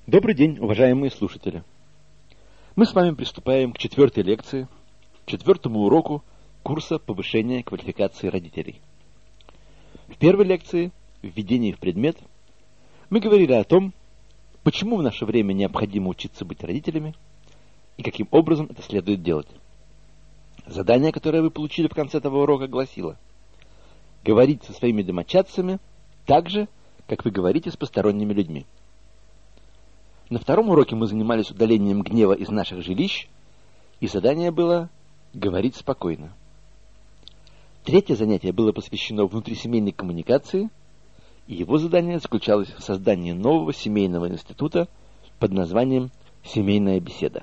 Добрый день, уважаемые слушатели. Мы с вами приступаем к 4-й лекции, 4-му уроку курса повышения квалификации родителей. В первой лекции, введении в предмет, мы говорили о том, почему в наше время необходимо учиться быть родителями и каким образом это следует делать. Задание, которое вы получили в конце этого урока, гласило: говорить со своими домочадцами так же, как вы говорите с посторонними людьми. На втором уроке мы занимались удалением гнева из наших жилищ, и задание было говорить спокойно. Третье занятие было посвящено внутрисемейной коммуникации, и его задание заключалось в создании нового семейного института под названием «Семейная беседа».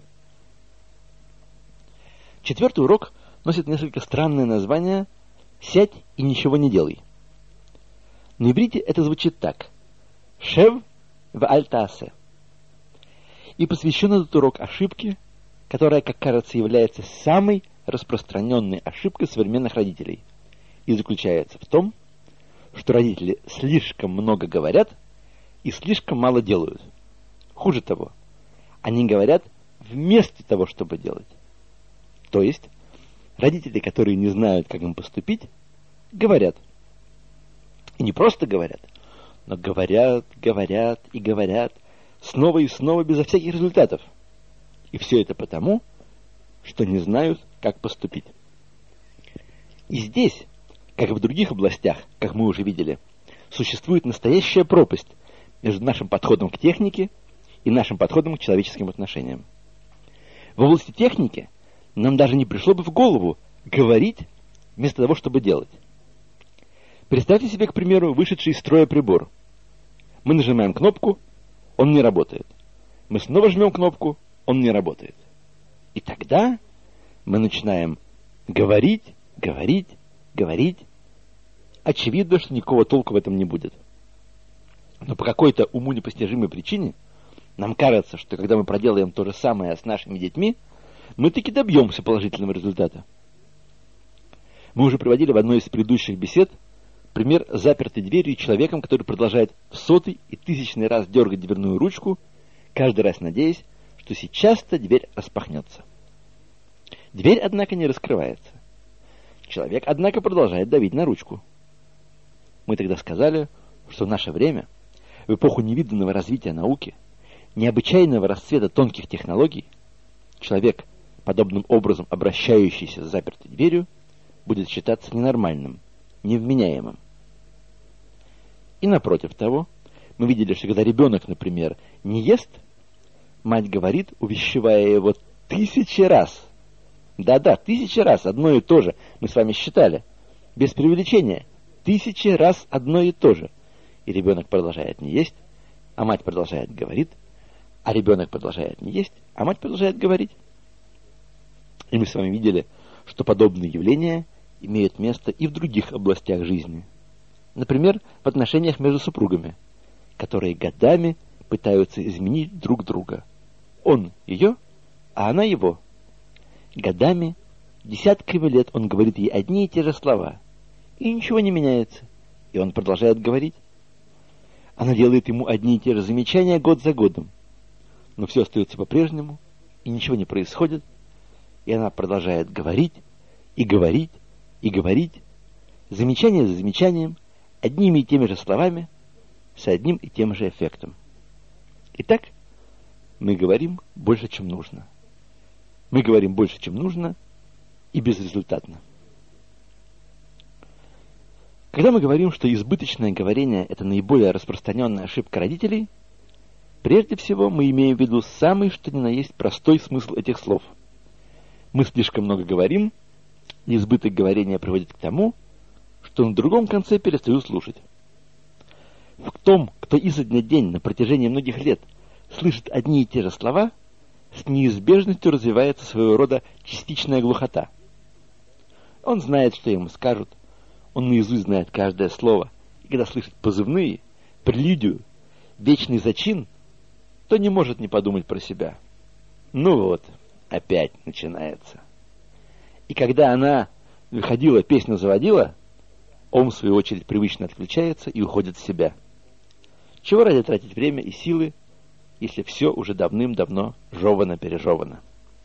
4-й урок носит несколько странное название «Сядь и ничего не делай». На иврите это звучит так: «Шев в альтаасе». И посвящен этот урок ошибке, которая, как кажется, является самой распространенной ошибкой современных родителей, и заключается в том, что родители слишком много говорят и слишком мало делают. Хуже того, они говорят вместо того, чтобы делать. То есть, родители, которые не знают, как им поступить, говорят. И не просто говорят, но говорят и говорят, снова и снова, безо всяких результатов. И все это потому, что не знают, как поступить. И здесь, как и в других областях, как мы уже видели, существует настоящая пропасть между нашим подходом к технике и нашим подходом к человеческим отношениям. В области техники нам даже не пришло бы в голову говорить вместо того, чтобы делать. Представьте себе, к примеру, вышедший из строя прибор. Мы нажимаем кнопку, он не работает. Мы снова жмем кнопку, он не работает. И тогда мы начинаем говорить. Очевидно, что никакого толка в этом не будет. Но по какой-то уму непостижимой причине нам кажется, что когда мы проделаем то же самое с нашими детьми, мы таки добьемся положительного результата. Мы уже приводили в одной из предыдущих бесед пример запертой дверью человеком, который продолжает в 100-й и 1000-й раз дергать дверную ручку, каждый раз надеясь, что сейчас-то дверь распахнется. Дверь, однако, не раскрывается. Человек, однако, продолжает давить на ручку. Мы тогда сказали, что в наше время, в эпоху невиданного развития науки, необычайного расцвета тонких технологий, человек, подобным образом обращающийся с запертой дверью, будет считаться ненормальным, невменяемым. И напротив того, мы видели, что когда ребенок, например, не ест, мать говорит, увещевая его 1000 раз. Да-да, 1000 раз одно и то же. Мы с вами считали. Без преувеличения. 1000 раз одно и то же. И ребенок продолжает не есть, а мать продолжает говорить, а ребенок продолжает не есть, а мать продолжает говорить. И мы с вами видели, что подобные явления имеют место и в других областях жизни. Например, в отношениях между супругами, которые годами пытаются изменить друг друга. Он ее, а она его. Годами, десятками лет он говорит ей одни и те же слова, и ничего не меняется, и он продолжает говорить. Она делает ему одни и те же замечания год за годом, но все остается по-прежнему, и ничего не происходит, и она продолжает говорить, замечание за замечанием, одними и теми же словами, с одним и тем же эффектом. Итак, мы говорим больше, чем нужно. Мы говорим больше, чем нужно, и безрезультатно. Когда мы говорим, что избыточное говорение – это наиболее распространенная ошибка родителей, прежде всего мы имеем в виду самый что ни на есть простой смысл этих слов. Мы слишком много говорим, и избыток говорения приводит к тому, что на другом конце перестают слушать. В том, кто изо дня в день на протяжении многих лет слышит одни и те же слова, с неизбежностью развивается своего рода частичная глухота. Он знает, что ему скажут, он наизусть знает каждое слово, и когда слышит позывные, прелюдию, вечный зачин, то не может не подумать про себя. Ну вот, опять начинается. И когда она выходила, песню заводила, он, в свою очередь, привычно отключается и уходит в себя. Чего ради тратить время и силы если все уже давным-давно жевано-пережевано?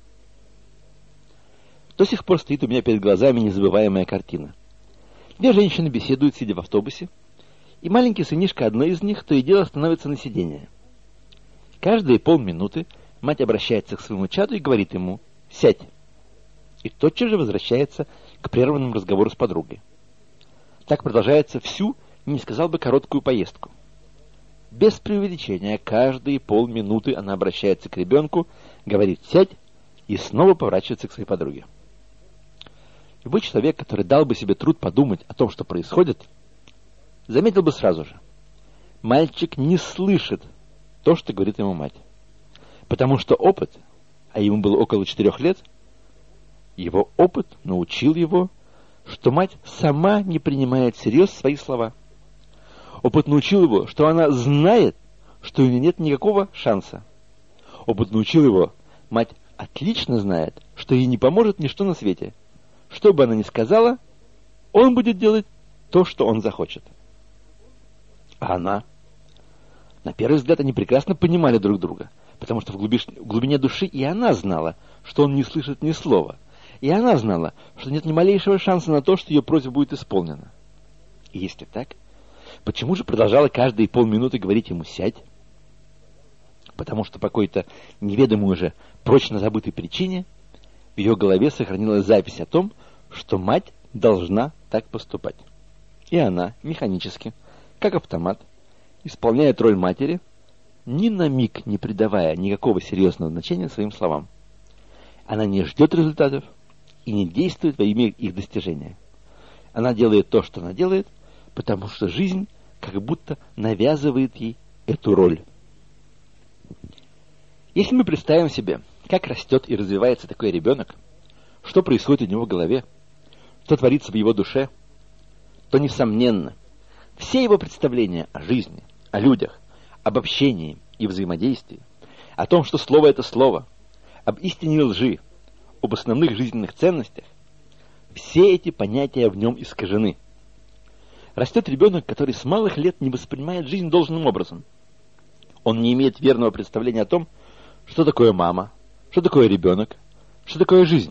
До сих пор стоит у меня перед глазами незабываемая картина. Две женщины беседуют, сидя в автобусе, и маленький сынишка одной из них то и дело становится на сиденье. Каждые полминуты мать обращается к своему чаду и говорит ему «сядь», и тотчас же возвращается к прерванному разговору с подругой. Так продолжается всю, не сказал бы, короткую поездку. Без преувеличения, каждые полминуты она обращается к ребенку, говорит «сядь» и снова поворачивается к своей подруге. Любой человек, который дал бы себе труд подумать о том, что происходит, заметил бы сразу же. Мальчик не слышит то, что говорит ему мать. Потому что опыт, а ему было около 4 лет, его опыт научил его, что мать сама не принимает всерьез свои слова. Опыт научил его, что она знает, что у нее нет никакого шанса. Опыт научил его, мать отлично знает, что ей не поможет ничто на свете. Что бы она ни сказала, он будет делать то, что он захочет. А она? На первый взгляд они прекрасно понимали друг друга, потому что в глубине души и она знала, что он не слышит ни слова. И она знала, что нет ни малейшего шанса на то, что ее просьба будет исполнена. И если так, почему же продолжала каждые полминуты говорить ему «сядь»? Потому что по какой-то неведомой уже прочно забытой причине в ее голове сохранилась запись о том, что мать должна так поступать. И она механически, как автомат, исполняет роль матери, ни на миг не придавая никакого серьезного значения своим словам. Она не ждет результатов и не действует во имя их достижения. Она делает то, что она делает, потому что жизнь как будто навязывает ей эту роль. Если мы представим себе, как растет и развивается такой ребенок, что происходит у него в голове, что творится в его душе, то, несомненно, все его представления о жизни, о людях, об общении и взаимодействии, о том, что слово — это слово, об истине и лжи, об основных жизненных ценностях, все эти понятия в нем искажены. Растет ребенок, который с малых лет не воспринимает жизнь должным образом. Он не имеет верного представления о том, что такое мама, что такое ребенок, что такое жизнь.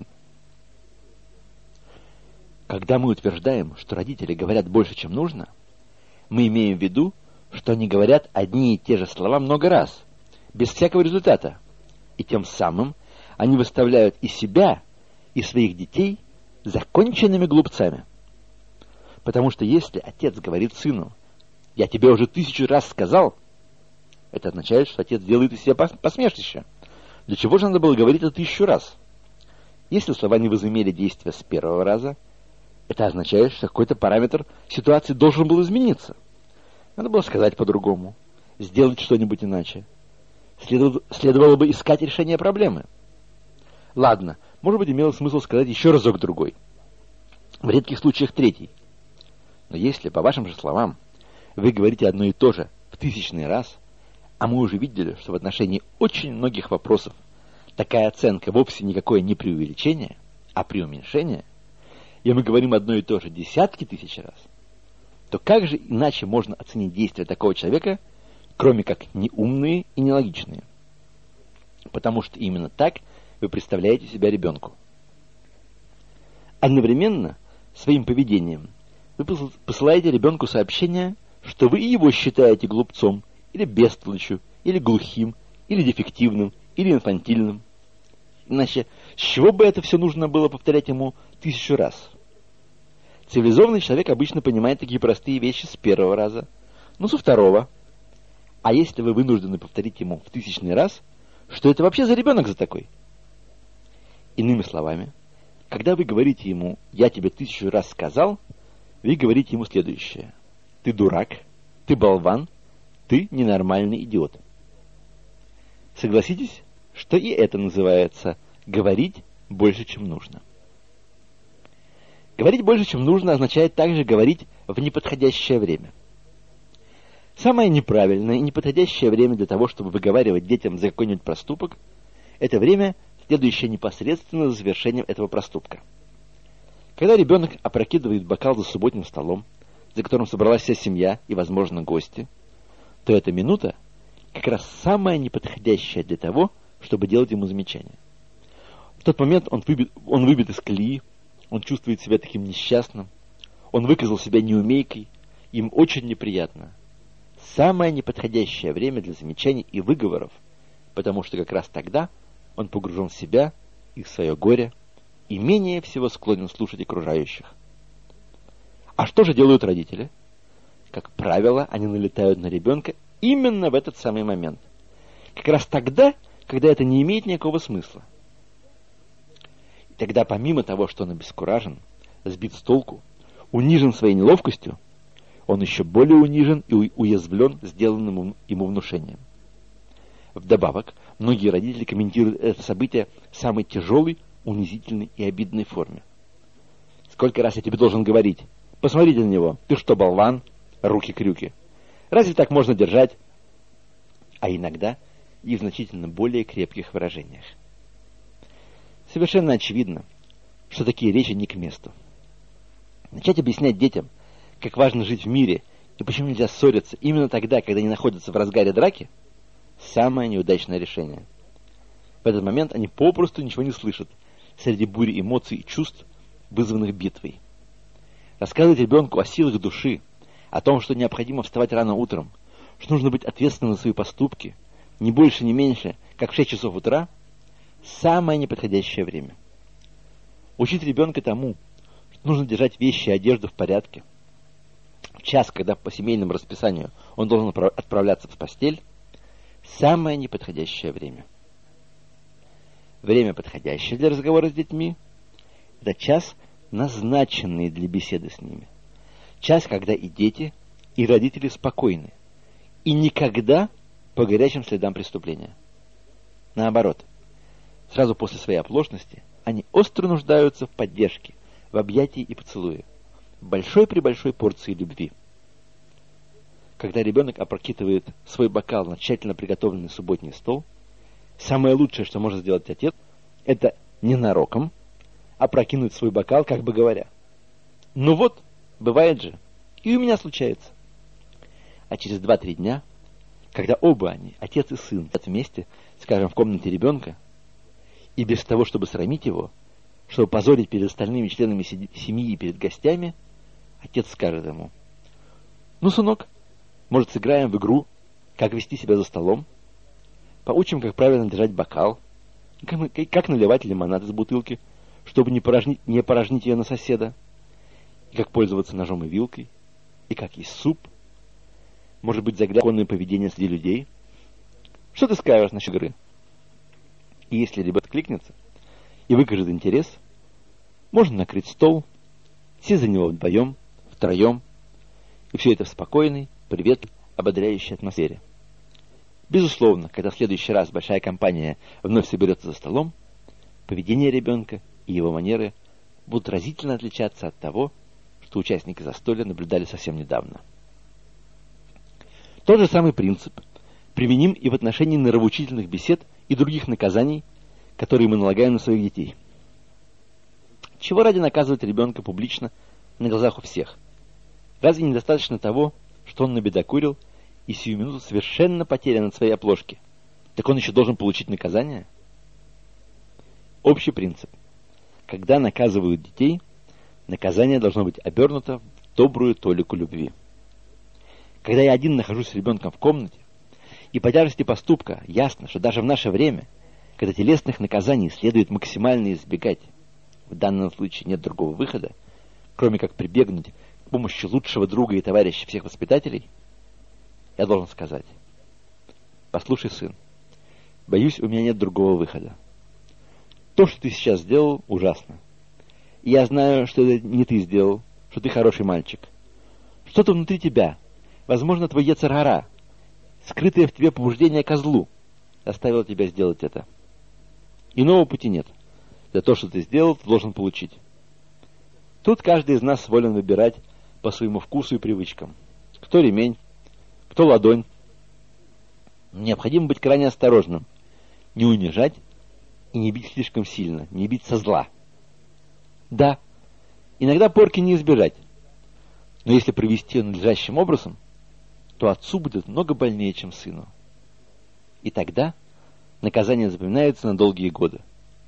Когда мы утверждаем, что родители говорят больше, чем нужно, мы имеем в виду, что они говорят одни и те же слова много раз, без всякого результата, и тем самым они выставляют и себя, и своих детей законченными глупцами. Потому что если отец говорит сыну «я тебе уже 1000 раз сказал», это означает, что отец делает из себя посмешище. Для чего же надо было говорить это 1000 раз? Если слова не возымели действия с первого раза, это означает, что какой-то параметр ситуации должен был измениться. Надо было сказать по-другому, сделать что-нибудь иначе. Следовало бы искать решение проблемы. Ладно, может быть, имело смысл сказать еще разок-другой. В редких случаях третий. Но если, по вашим же словам, вы говорите одно и то же в 1000-й раз, а мы уже видели, что в отношении очень многих вопросов такая оценка вовсе никакое не преувеличение, а преуменьшение, и мы говорим одно и то же десятки тысяч раз, то как же иначе можно оценить действия такого человека, кроме как неумные и нелогичные? Потому что именно так вы представляете себя ребенку. Одновременно своим поведением вы посылаете ребенку сообщение, что вы его считаете глупцом, или бестолочью, или глухим, или дефективным, или инфантильным. Иначе с чего бы это все нужно было повторять ему 1000 раз? Цивилизованный человек обычно понимает такие простые вещи с первого раза, со второго. А если вы вынуждены повторить ему в 1000-й раз, что это вообще за ребенок за такой? Иными словами, когда вы говорите ему «я тебе 1000 раз сказал», вы говорите ему следующее: ты дурак, ты болван, ты ненормальный идиот. Согласитесь, что и это называется говорить больше, чем нужно. Говорить больше, чем нужно, означает также говорить в неподходящее время. Самое неправильное и неподходящее время для того, чтобы выговаривать детям за какой-нибудь проступок, это время, следующее непосредственно за завершением этого проступка. Когда ребенок опрокидывает бокал за субботним столом, за которым собралась вся семья и, возможно, гости, то это минута, как раз самое неподходящее для того, чтобы делать ему замечания. В тот момент он выбит из колеи, он чувствует себя таким несчастным, он выказал себя неумейкой, им очень неприятно. Самое неподходящее время для замечаний и выговоров, потому что как раз тогда он погружен в себя и в свое горе, и менее всего склонен слушать окружающих. А что же делают родители? Как правило, они налетают на ребенка именно в этот самый момент. Как раз тогда, когда это не имеет никакого смысла. И тогда, помимо того, что он обескуражен, сбит с толку, унижен своей неловкостью, он еще более унижен и уязвлен сделанным ему внушением. Вдобавок, многие родители комментируют это событие в самой тяжелой, унизительной и обидной форме. Сколько раз я тебе должен говорить? Посмотрите на него. Ты что, болван? Руки-крюки. Разве так можно держать? А иногда и в значительно более крепких выражениях. Совершенно очевидно, что такие речи не к месту. Начать объяснять детям, как важно жить в мире и почему нельзя ссориться именно тогда, когда они находятся в разгаре драки, самое неудачное решение. В этот момент они попросту ничего не слышат среди бури эмоций и чувств, вызванных битвой. Рассказывать ребенку о силах души, о том, что необходимо вставать рано утром, что нужно быть ответственным за свои поступки, не больше, не меньше, как в 6 часов утра, самое неподходящее время. Учить ребенка тому, что нужно держать вещи и одежду в порядке, в час, когда по семейному расписанию он должен отправляться в постель, самое неподходящее время. Время, подходящее для разговора с детьми, это час, назначенный для беседы с ними. Час, когда и дети, и родители спокойны, и никогда по горячим следам преступления. Наоборот, сразу после своей оплошности они остро нуждаются в поддержке, в объятии и поцелуе, в большой-пребольшой порции любви. Когда ребенок опрокидывает свой бокал на тщательно приготовленный субботний стол, самое лучшее, что может сделать отец, это ненароком опрокинуть свой бокал, как бы говоря: ну вот, бывает же, и у меня случается. А через 2-3 дня, когда оба они, отец и сын, сидят вместе, скажем, в комнате ребенка, и без того, чтобы срамить его, чтобы позорить перед остальными членами семьи и перед гостями, отец скажет ему: ну, сынок, может, сыграем в игру, как вести себя за столом, поучим, как правильно держать бокал, как наливать лимонад из бутылки, чтобы не порожнить ее на соседа, и как пользоваться ножом и вилкой, и как есть суп, может быть, законное поведение среди людей. Что ты скажешь насчет игры? И если ребенок кликнется и выкажет интерес, можно накрыть стол, сесть за него вдвоем, втроем, и все это в спокойной, приветливой, ободряющей атмосфере. Безусловно, когда в следующий раз большая компания вновь соберется за столом, поведение ребенка и его манеры будут разительно отличаться от того, что участники застолья наблюдали совсем недавно. Тот же самый принцип применим и в отношении нравоучительных бесед и других наказаний, которые мы налагаем на своих детей. Чего ради наказывать ребенка публично на глазах у всех? Разве недостаточно того, что он набедокурил и сию минуту совершенно потерян от своей оплошки? Так он еще должен получить наказание? Общий принцип. Когда наказывают детей, наказание должно быть обернуто в добрую толику любви. Когда я один нахожусь с ребенком в комнате, и по тяжести поступка ясно, что даже в наше время, когда телесных наказаний следует максимально избегать, в данном случае нет другого выхода, кроме как прибегнуть к помощи лучшего друга и товарища всех воспитателей, я должен сказать: послушай, сын, боюсь, у меня нет другого выхода. То, что ты сейчас сделал, ужасно. И я знаю, что это не ты сделал, что ты хороший мальчик. Что-то внутри тебя, возможно, твой йецер гара, скрытое в тебе побуждение ко злу, заставило тебя сделать это. Иного пути нет. За то, что ты сделал, ты должен получить. Тут каждый из нас волен выбирать по своему вкусу и привычкам. Кто ремень, кто ладонь. Необходимо быть крайне осторожным, не унижать и не бить слишком сильно, не бить со зла. Да, иногда порки не избежать, но если провести ее надлежащим образом, то отцу будет много больнее, чем сыну. И тогда наказание запоминается на долгие годы.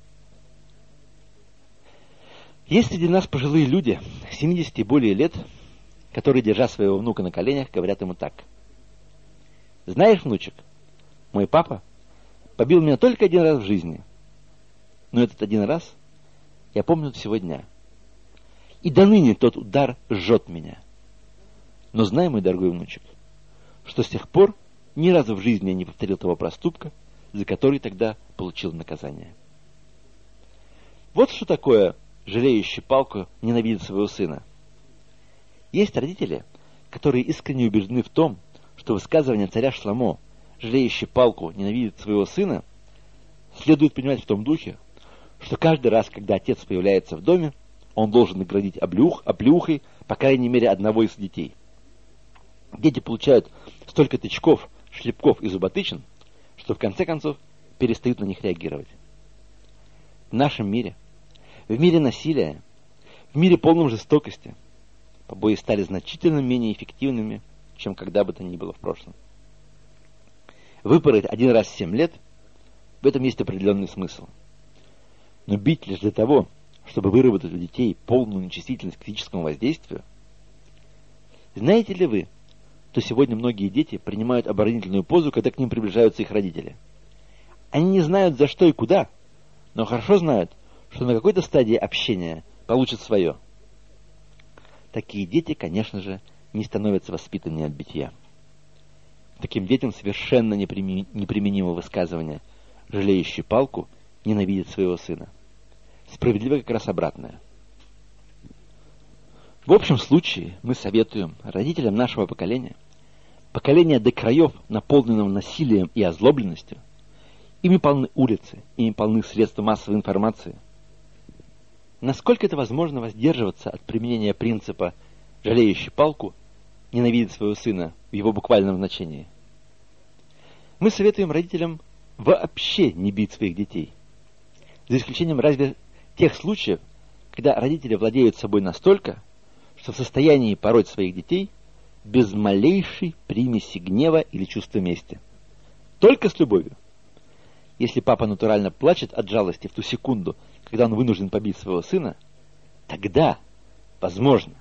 Есть среди нас пожилые люди, 70 и более лет, которые, держа своего внука на коленях, говорят ему так. «Знаешь, внучек, мой папа побил меня только один раз в жизни. Но этот один раз я помню до сего дня. И до ныне тот удар жжет меня. Но знай, мой дорогой внучек, что с тех пор ни разу в жизни я не повторил того проступка, за который тогда получил наказание». Вот что такое жалеющий палку ненавидит своего сына. Есть родители, которые искренне убеждены в том, что высказывание царя Шломо «жалеющий палку ненавидит своего сына» следует понимать в том духе, что каждый раз, когда отец появляется в доме, он должен наградить оплеухой, по крайней мере, одного из детей. Дети получают столько тычков, шлепков и зуботычин, что в конце концов перестают на них реагировать. В нашем мире, в мире насилия, в мире полном жестокости, побои стали значительно менее эффективными, чем когда бы то ни было в прошлом. Выпороть один раз в 7 лет, в этом есть определенный смысл. Но бить лишь для того, чтобы выработать у детей полную нечувствительность к физическому воздействию. Знаете ли вы, что сегодня многие дети принимают оборонительную позу, когда к ним приближаются их родители? Они не знают, за что и куда, но хорошо знают, что на какой-то стадии общения получат свое. Такие дети, конечно же, не становятся воспитаннее от битья. Таким детям совершенно неприменимо высказывание «жалеющий палку ненавидит своего сына». Справедливо как раз обратное. В общем случае мы советуем родителям нашего поколения, поколения до краев, наполненного насилием и озлобленностью, ими полны улицы, ими полны средства массовой информации. Насколько это возможно воздерживаться от применения принципа «жалеющий палку ненавидит своего сына» в его буквальном значении? Мы советуем родителям вообще не бить своих детей. За исключением разве тех случаев, когда родители владеют собой настолько, что в состоянии пороть своих детей без малейшей примеси гнева или чувства мести. Только с любовью. Если папа натурально плачет от жалости в ту секунду, когда он вынужден побить своего сына, тогда, возможно,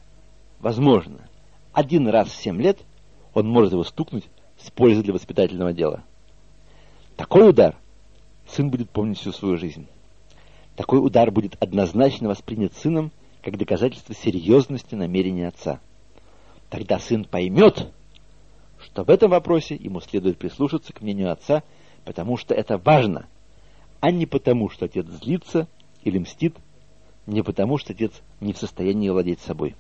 один раз в 7 лет он может его стукнуть с пользой для воспитательного дела. Такой удар сын будет помнить всю свою жизнь. Такой удар будет однозначно воспринят сыном как доказательство серьезности намерения отца. Тогда сын поймет, что в этом вопросе ему следует прислушаться к мнению отца, потому что это важно, а не потому, что отец злится или мстит, не потому, что отец не в состоянии владеть собой.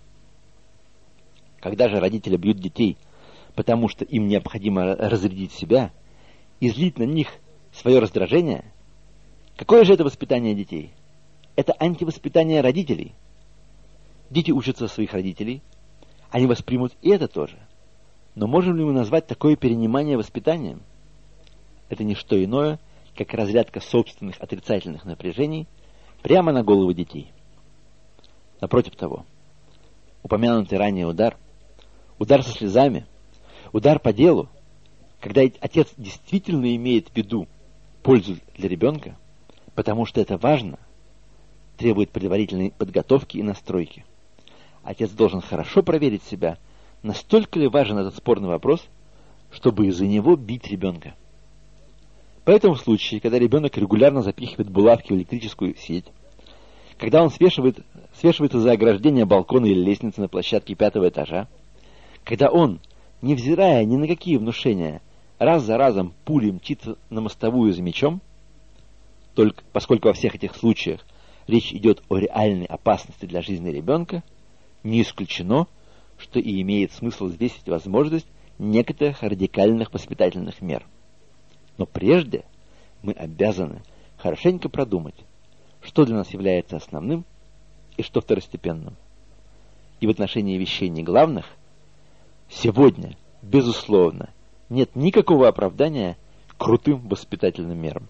Когда же родители бьют детей, потому что им необходимо разрядить себя, излить на них свое раздражение, какое же это воспитание детей? Это антивоспитание родителей. Дети учатся своих родителей, они воспримут и это тоже. Но можем ли мы назвать такое перенимание воспитанием? Это не что иное, как разрядка собственных отрицательных напряжений прямо на голову детей. Напротив того, упомянутый ранее удар со слезами, удар по делу, когда отец действительно имеет в виду пользу для ребенка, потому что это важно, требует предварительной подготовки и настройки. Отец должен хорошо проверить себя, настолько ли важен этот спорный вопрос, чтобы из-за него бить ребенка. Поэтому в случае, когда ребенок регулярно запихивает булавки в электрическую сеть, когда он свешивается за ограждение балкона или лестницы на площадке 5-го этажа, когда он, невзирая ни на какие внушения, раз за разом пулей мчится на мостовую за мечом, только поскольку во всех этих случаях речь идет о реальной опасности для жизни ребенка, не исключено, что и имеет смысл взвесить возможность некоторых радикальных воспитательных мер. Но прежде мы обязаны хорошенько продумать, что для нас является основным и что второстепенным. И в отношении вещей неглавных сегодня, безусловно, нет никакого оправдания крутым воспитательным мерам.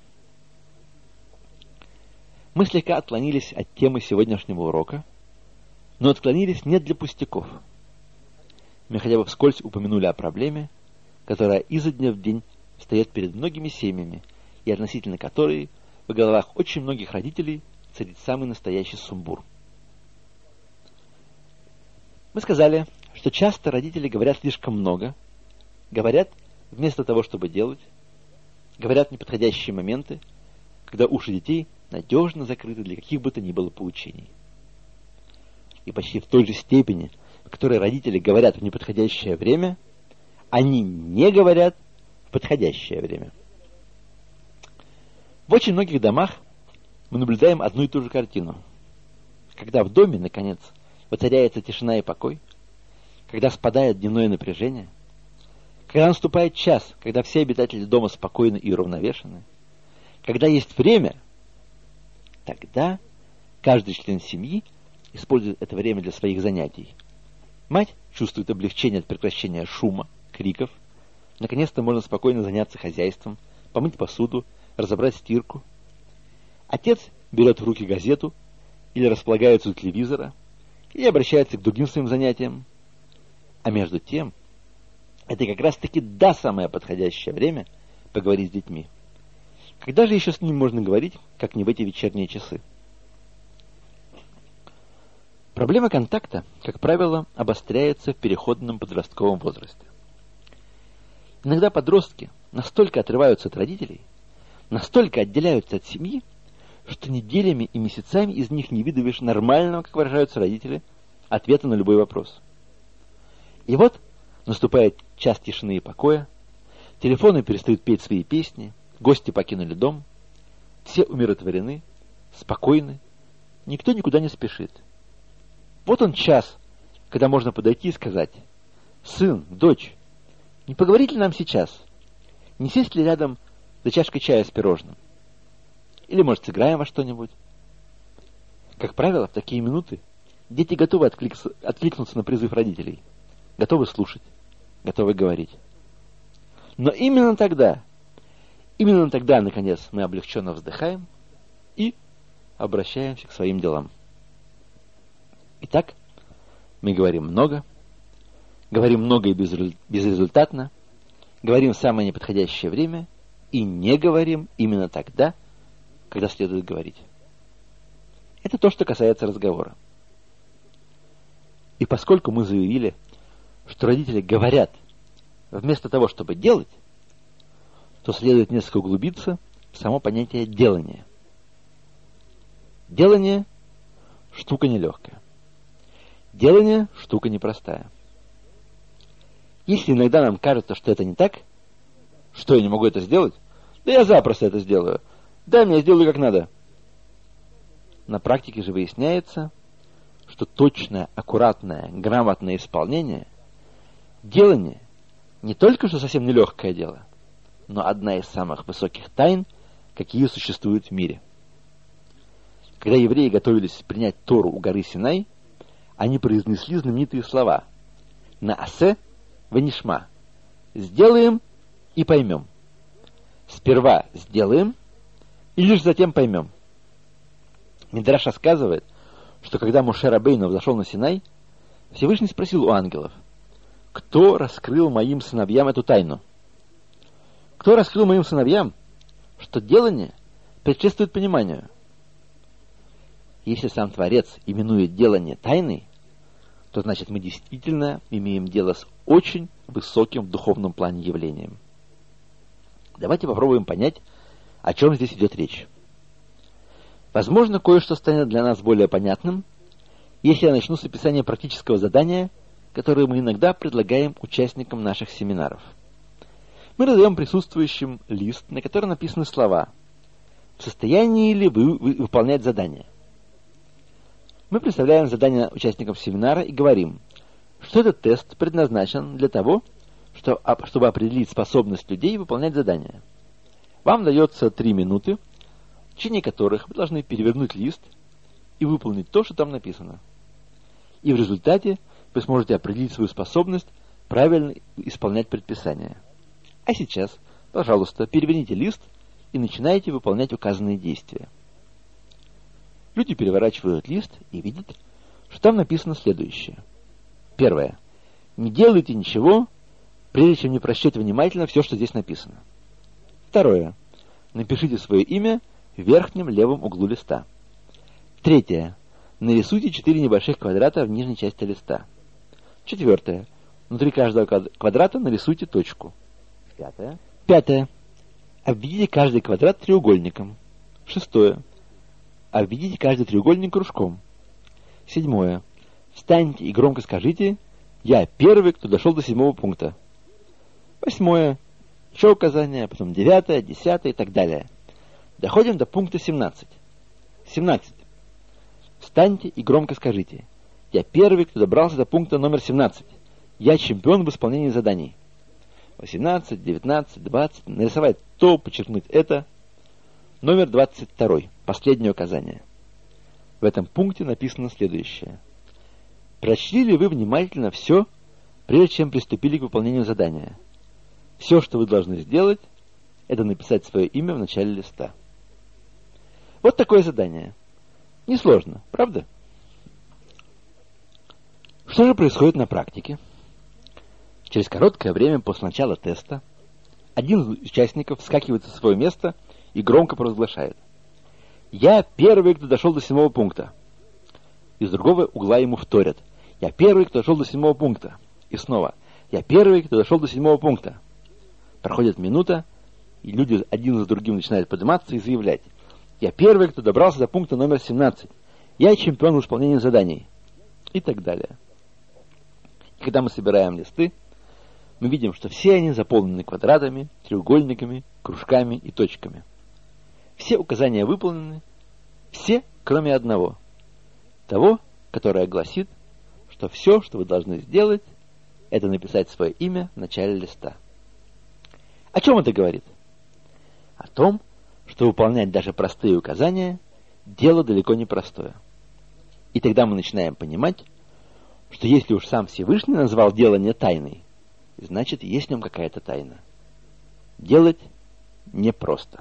Мы слегка отклонились от темы сегодняшнего урока, но отклонились не для пустяков. Мы хотя бы вскользь упомянули о проблеме, которая изо дня в день встает перед многими семьями, и относительно которой в головах очень многих родителей царит самый настоящий сумбур. Мы сказали, что часто родители говорят слишком много, говорят вместо того, чтобы делать, говорят в неподходящие моменты, когда уши детей надежно закрыты для каких бы то ни было поучений. И почти в той же степени, в которой родители говорят в неподходящее время, они не говорят в подходящее время. В очень многих домах мы наблюдаем одну и ту же картину. Когда в доме, наконец, воцаряется тишина и покой, когда спадает дневное напряжение, когда наступает час, когда все обитатели дома спокойны и уравновешены, когда есть время, тогда каждый член семьи использует это время для своих занятий. Мать чувствует облегчение от прекращения шума, криков. Наконец-то можно спокойно заняться хозяйством, помыть посуду, разобрать стирку. Отец берет в руки газету или располагается у телевизора, или обращается к другим своим занятиям. А между тем, это как раз-таки самое подходящее время поговорить с детьми. Когда же еще с ним можно говорить, как не в эти вечерние часы? Проблема контакта, как правило, обостряется в переходном подростковом возрасте. Иногда подростки настолько отрываются от родителей, настолько отделяются от семьи, что неделями и месяцами из них не видываешь нормального, как выражаются родители, ответа на любой вопрос. И вот наступает час тишины и покоя, телефоны перестают петь свои песни, гости покинули дом, все умиротворены, спокойны, никто никуда не спешит. Вот он час, когда можно подойти и сказать: «Сын, дочь, не поговорить ли нам сейчас? Не сесть ли рядом за чашкой чая с пирожным? Или, может, сыграем во что-нибудь?» Как правило, в такие минуты дети готовы откликнуться на призыв родителей, готовы слушать, готовы говорить. Но именно тогда, наконец, мы облегченно вздыхаем и обращаемся к своим делам. Итак, мы говорим много и безрезультатно, говорим в самое неподходящее время и не говорим именно тогда, когда следует говорить. Это то, что касается разговора. И поскольку мы заявили, что родители говорят вместо того, чтобы делать, то следует несколько углубиться в само понятие делания. Делание – штука нелегкая. Делание – штука непростая. Если иногда нам кажется, что это не так, что я не могу это сделать? Да я запросто это сделаю. Дай мне, я сделаю как надо. На практике же выясняется, что точное, аккуратное, грамотное исполнение, делание не только что совсем нелегкое дело, но одна из самых высоких тайн, какие существуют в мире. Когда евреи готовились принять Тору у горы Синай, они произнесли знаменитые слова «Наасе венишма» — «сделаем и поймем». Сперва сделаем и лишь затем поймем. Мидраш рассказывает, что когда Моше Рабейну взошел на Синай, Всевышний спросил у ангелов: «Кто раскрыл моим сыновьям эту тайну?» Кто раскрыл моим сыновьям, что делание предшествует пониманию? Если сам Творец именует делание тайной, то значит мы действительно имеем дело с очень высоким в духовном плане явлением. Давайте попробуем понять, о чем здесь идет речь. Возможно, кое-что станет для нас более понятным, если я начну с описания практического задания, которое мы иногда предлагаем участникам наших семинаров. Мы раздаем присутствующим лист, на котором написаны слова: «В состоянии ли вы выполнять задание?» Мы представляем задание участникам семинара и говорим, что этот тест предназначен для того, чтобы определить способность людей выполнять задание. Вам дается 3 минуты, в течение которых вы должны перевернуть лист и выполнить то, что там написано. И в результате вы сможете определить свою способность правильно исполнять предписания. А сейчас, пожалуйста, переверните лист и начинайте выполнять указанные действия. Люди переворачивают лист и видят, что там написано следующее. Первое. Не делайте ничего, прежде чем не прочтете внимательно все, что здесь написано. Второе. Напишите свое имя в верхнем левом углу листа. Третье. Нарисуйте 4 небольших квадрата в нижней части листа. Четвертое. Внутри каждого квадрата нарисуйте точку. Пятое. Обведите каждый квадрат треугольником. Шестое. Обведите каждый треугольник кружком. Седьмое. Встаньте и громко скажите: «Я первый, кто дошел до 7-го пункта». Восьмое. Еще указания, потом 9-е, 10-е и так далее. Доходим до пункта 17. 17. Встаньте и громко скажите: «Я первый, кто добрался до пункта номер 17. Я чемпион в исполнении заданий». 18, 19, 20. Нарисовать то, подчеркнуть это. Номер 22. Последнее указание. В этом пункте написано следующее. Прочли ли вы внимательно все, прежде чем приступили к выполнению задания? Все, что вы должны сделать, это написать свое имя в начале листа. Вот такое задание. Несложно, правда? Что же происходит на практике? Через короткое время после начала теста один из участников вскакивает со своего места и громко провозглашает: «Я первый, кто дошел до 7-го пункта». Из другого угла ему вторят: «Я первый, кто дошел до 7-го пункта». И снова: «Я первый, кто дошел до 7-го пункта». Проходит минута, и люди один за другим начинают подниматься и заявлять: «Я первый, кто добрался до пункта номер 17. Я чемпион в исполнении заданий». И так далее. И когда мы собираем листы, мы видим, что все они заполнены квадратами, треугольниками, кружками и точками. Все указания выполнены, все, кроме одного. Того, которое гласит, что все, что вы должны сделать, это написать свое имя в начале листа. О чем это говорит? О том, что выполнять даже простые указания – дело далеко не простое. И тогда мы начинаем понимать, что если уж сам Всевышний назвал делание тайной, значит, есть в нем какая-то тайна. Делать непросто.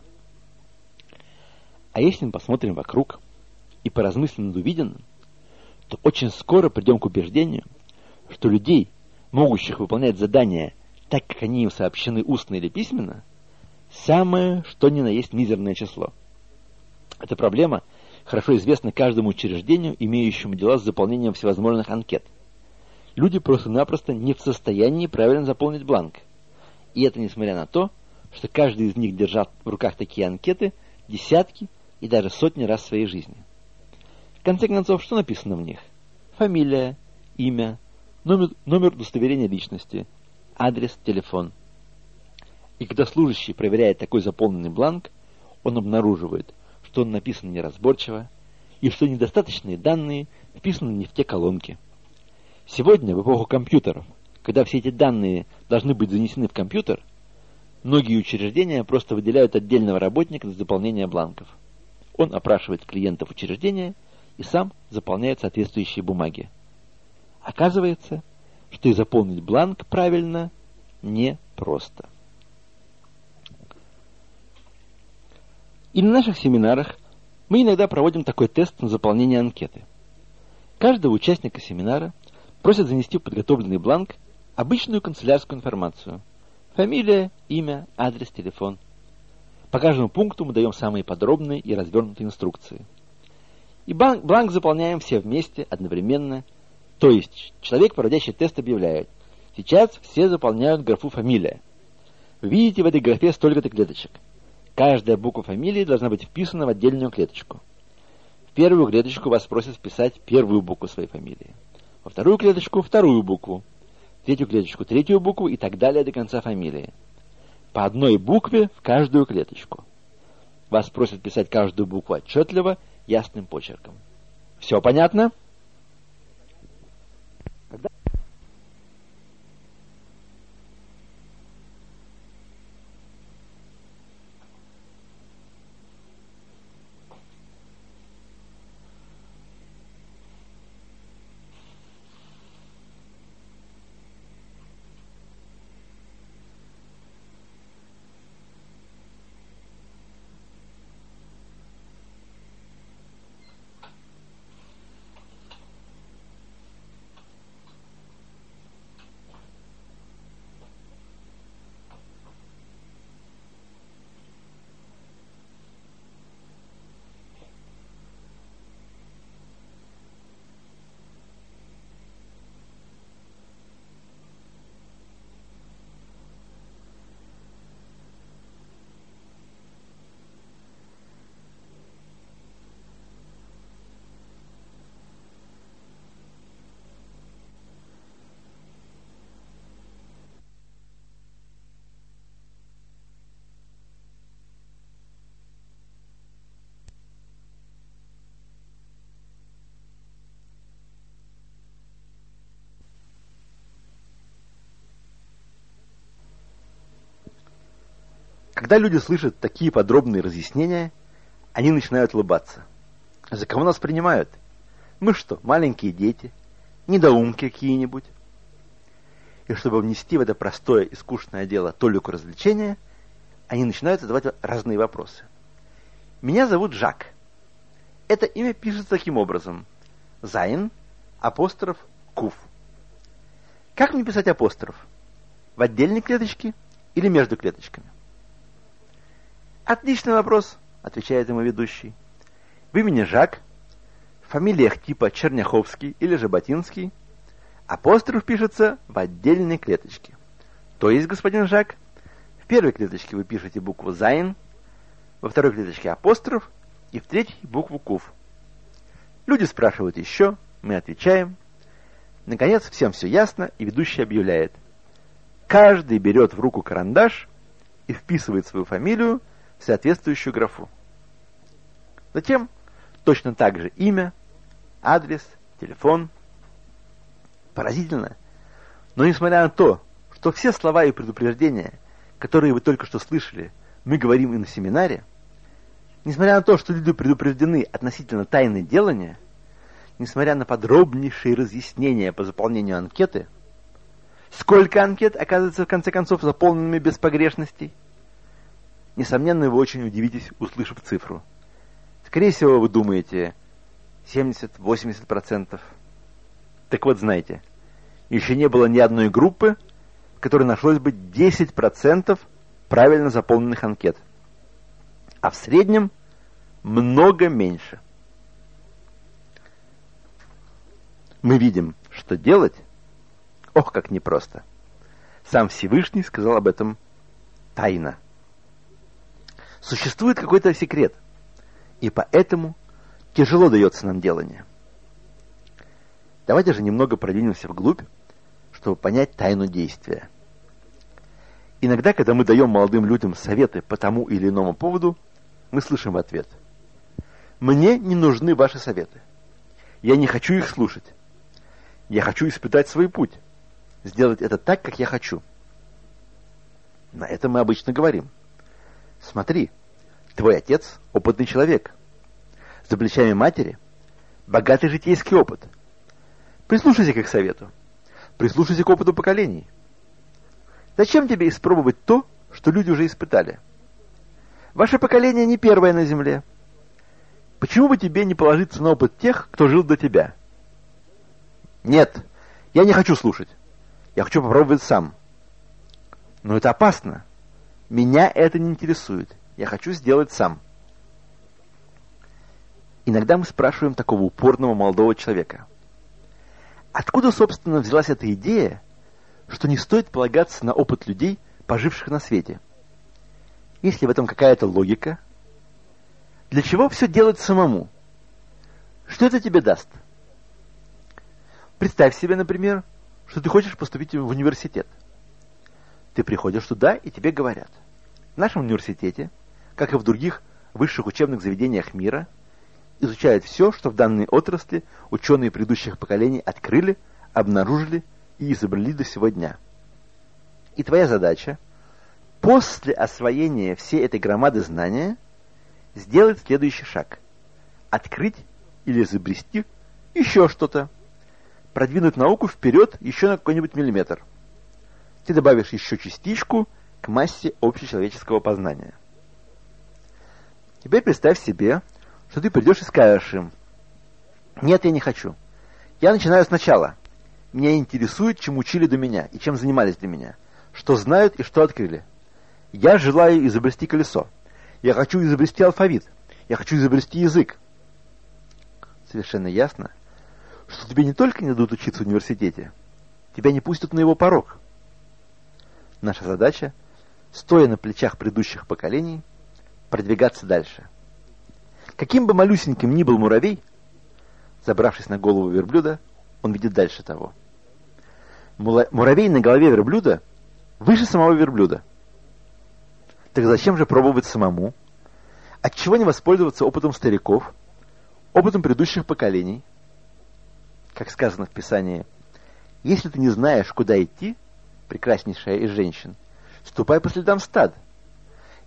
А если мы посмотрим вокруг и поразмыслим над увиденным, то очень скоро придем к убеждению, что людей, могущих выполнять задания так, как они им сообщены устно или письменно, самое что ни на есть мизерное число. Эта проблема хорошо известна каждому учреждению, имеющему дела с заполнением всевозможных анкет. Люди просто-напросто не в состоянии правильно заполнить бланк. И это несмотря на то, что каждый из них держал в руках такие анкеты десятки и даже сотни раз в своей жизни. В конце концов, что написано в них? Фамилия, имя, номер удостоверения личности, адрес, телефон. И когда служащий проверяет такой заполненный бланк, он обнаруживает, что он написан неразборчиво, и что недостаточные данные вписаны не в те колонки. Сегодня, в эпоху компьютеров, когда все эти данные должны быть занесены в компьютер, многие учреждения просто выделяют отдельного работника для заполнения бланков. Он опрашивает клиентов учреждения и сам заполняет соответствующие бумаги. Оказывается, что и заполнить бланк правильно непросто. И на наших семинарах мы иногда проводим такой тест на заполнение анкеты. Каждого участника семинара просят занести в подготовленный бланк обычную канцелярскую информацию: фамилия, имя, адрес, телефон. По каждому пункту мы даем самые подробные и развернутые инструкции. И бланк заполняем все вместе, одновременно. То есть человек, проводящий тест, объявляет: сейчас все заполняют графу «фамилия». Вы видите в этой графе столько-то клеточек. Каждая буква фамилии должна быть вписана в отдельную клеточку. В первую клеточку вас просят вписать первую букву своей фамилии. Во вторую клеточку вторую букву. В третью клеточку третью букву и так далее до конца фамилии. По одной букве в каждую клеточку. Вас просят писать каждую букву отчетливо, ясным почерком. Все понятно? Когда люди слышат такие подробные разъяснения, они начинают улыбаться. За кого нас принимают? Мы что, маленькие дети? Недоумки какие-нибудь? И чтобы внести в это простое и скучное дело толику развлечения, они начинают задавать разные вопросы. Меня зовут Жак. Это имя пишется таким образом. Зайн, апостроф, куф. Как мне писать апостроф? В отдельной клеточке или между клеточками? Отличный вопрос, отвечает ему ведущий. В имени Жак, в фамилиях типа Черняховский или Жаботинский, апостроф пишется в отдельной клеточке. То есть, господин Жак, в первой клеточке вы пишете букву «зайн», во второй клеточке апостроф и в третьей букву «куф». Люди спрашивают еще, мы отвечаем. Наконец, всем все ясно, и ведущий объявляет. Каждый берет в руку карандаш и вписывает свою фамилию в соответствующую графу. Затем точно так же имя, адрес, телефон. Поразительно. Но несмотря на то, что все слова и предупреждения, которые вы только что слышали, мы говорим и на семинаре, несмотря на то, что люди предупреждены относительно тайны делания, несмотря на подробнейшие разъяснения по заполнению анкеты, сколько анкет оказывается в конце концов заполненными без погрешностей? Несомненно, вы очень удивитесь, услышав цифру. Скорее всего, вы думаете 70-80%. Так вот, знайте, еще не было ни одной группы, в которой нашлось бы 10% правильно заполненных анкет. А в среднем много меньше. Мы видим, что делать, ох, как непросто. Сам Всевышний сказал об этом тайно. Существует какой-то секрет, и поэтому тяжело дается нам делание. Давайте же немного продвинемся вглубь, чтобы понять тайну действия. Иногда, когда мы даем молодым людям советы по тому или иному поводу, мы слышим в ответ: «Мне не нужны ваши советы. Я не хочу их слушать. Я хочу испытать свой путь, сделать это так, как я хочу». На это мы обычно говорим: «Смотри, твой отец – опытный человек. За плечами матери – богатый житейский опыт. Прислушайся к их совету. Прислушайся к опыту поколений. Зачем тебе испробовать то, что люди уже испытали? Ваше поколение не первое на земле. Почему бы тебе не положиться на опыт тех, кто жил до тебя?» «Нет, я не хочу слушать. Я хочу попробовать сам». «Но это опасно. Меня это не интересует. Я хочу сделать сам». Иногда мы спрашиваем такого упорного молодого человека: откуда, собственно, взялась эта идея, что не стоит полагаться на опыт людей, поживших на свете? Есть ли в этом какая-то логика? Для чего все делать самому? Что это тебе даст? Представь себе, например, что ты хочешь поступить в университет. Ты приходишь туда, и тебе говорят: в нашем университете, как и в других высших учебных заведениях мира, изучают все, что в данной отрасли ученые предыдущих поколений открыли, обнаружили и изобрели до сего дня. И твоя задача после освоения всей этой громады знания сделать следующий шаг: открыть или изобрести еще что-то, продвинуть науку вперед еще на какой-нибудь миллиметр. Ты добавишь еще частичку к массе общечеловеческого познания. Теперь представь себе, что ты придешь и скажешь им: «Нет, я не хочу. Я начинаю сначала. Меня интересует, чем учили до меня и чем занимались до меня, что знают и что открыли. Я желаю изобрести колесо. Я хочу изобрести алфавит. Я хочу изобрести язык». Совершенно ясно, что тебе не только не дадут учиться в университете, тебя не пустят на его порог. Наша задача, стоя на плечах предыдущих поколений, продвигаться дальше. Каким бы малюсеньким ни был муравей, забравшись на голову верблюда, он видит дальше того. Муравей на голове верблюда выше самого верблюда. Так зачем же пробовать самому? Отчего не воспользоваться опытом стариков, опытом предыдущих поколений? Как сказано в Писании: «Если ты не знаешь, куда идти, прекраснейшая из женщин, ступай по следам стад.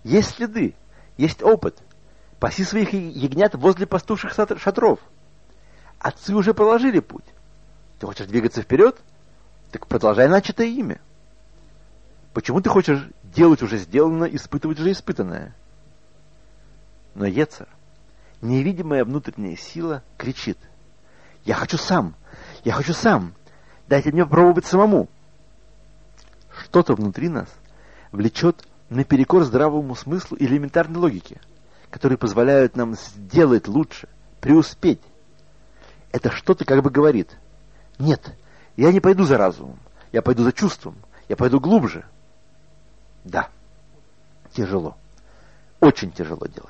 Есть следы, есть опыт. Паси своих ягнят возле пастуших шатров. Отцы уже проложили путь. Ты хочешь двигаться вперед? Так продолжай начатое ими. Почему ты хочешь делать уже сделанное, испытывать уже испытанное? Но Ецер, невидимая внутренняя сила, кричит: «Я хочу сам! Я хочу сам! Дайте мне попробовать самому!» Что-то внутри нас влечет наперекор здравому смыслу и элементарной логике, которые позволяют нам сделать лучше, преуспеть. Это что-то как бы говорит: «Нет, я не пойду за разумом, я пойду за чувством, я пойду глубже». Да, тяжело, очень тяжело делать.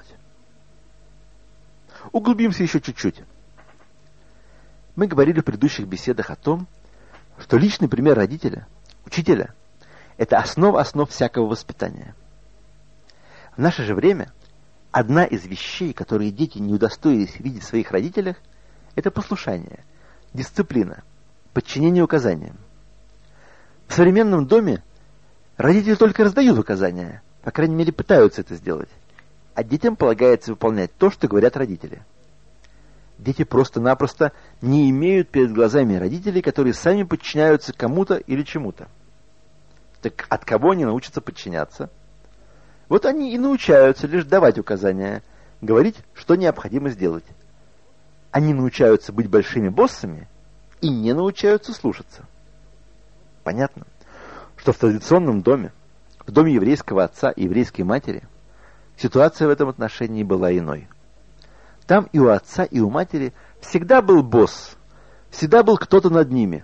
Углубимся еще чуть-чуть. Мы говорили в предыдущих беседах о том, что личный пример родителя, учителя, это основа основ всякого воспитания. В наше же время одна из вещей, которые дети не удостоились видеть в своих родителях, это послушание, дисциплина, подчинение указаниям. В современном доме родители только раздают указания, по крайней мере пытаются это сделать, а детям полагается выполнять то, что говорят родители. Дети просто-напросто не имеют перед глазами родителей, которые сами подчиняются кому-то или чему-то. Так от кого они научатся подчиняться? Вот они и научаются лишь давать указания, говорить, что необходимо сделать. Они научаются быть большими боссами и не научаются слушаться. Понятно, что в традиционном доме, в доме еврейского отца и еврейской матери, ситуация в этом отношении была иной. Там и у отца, и у матери всегда был босс, всегда был кто-то над ними.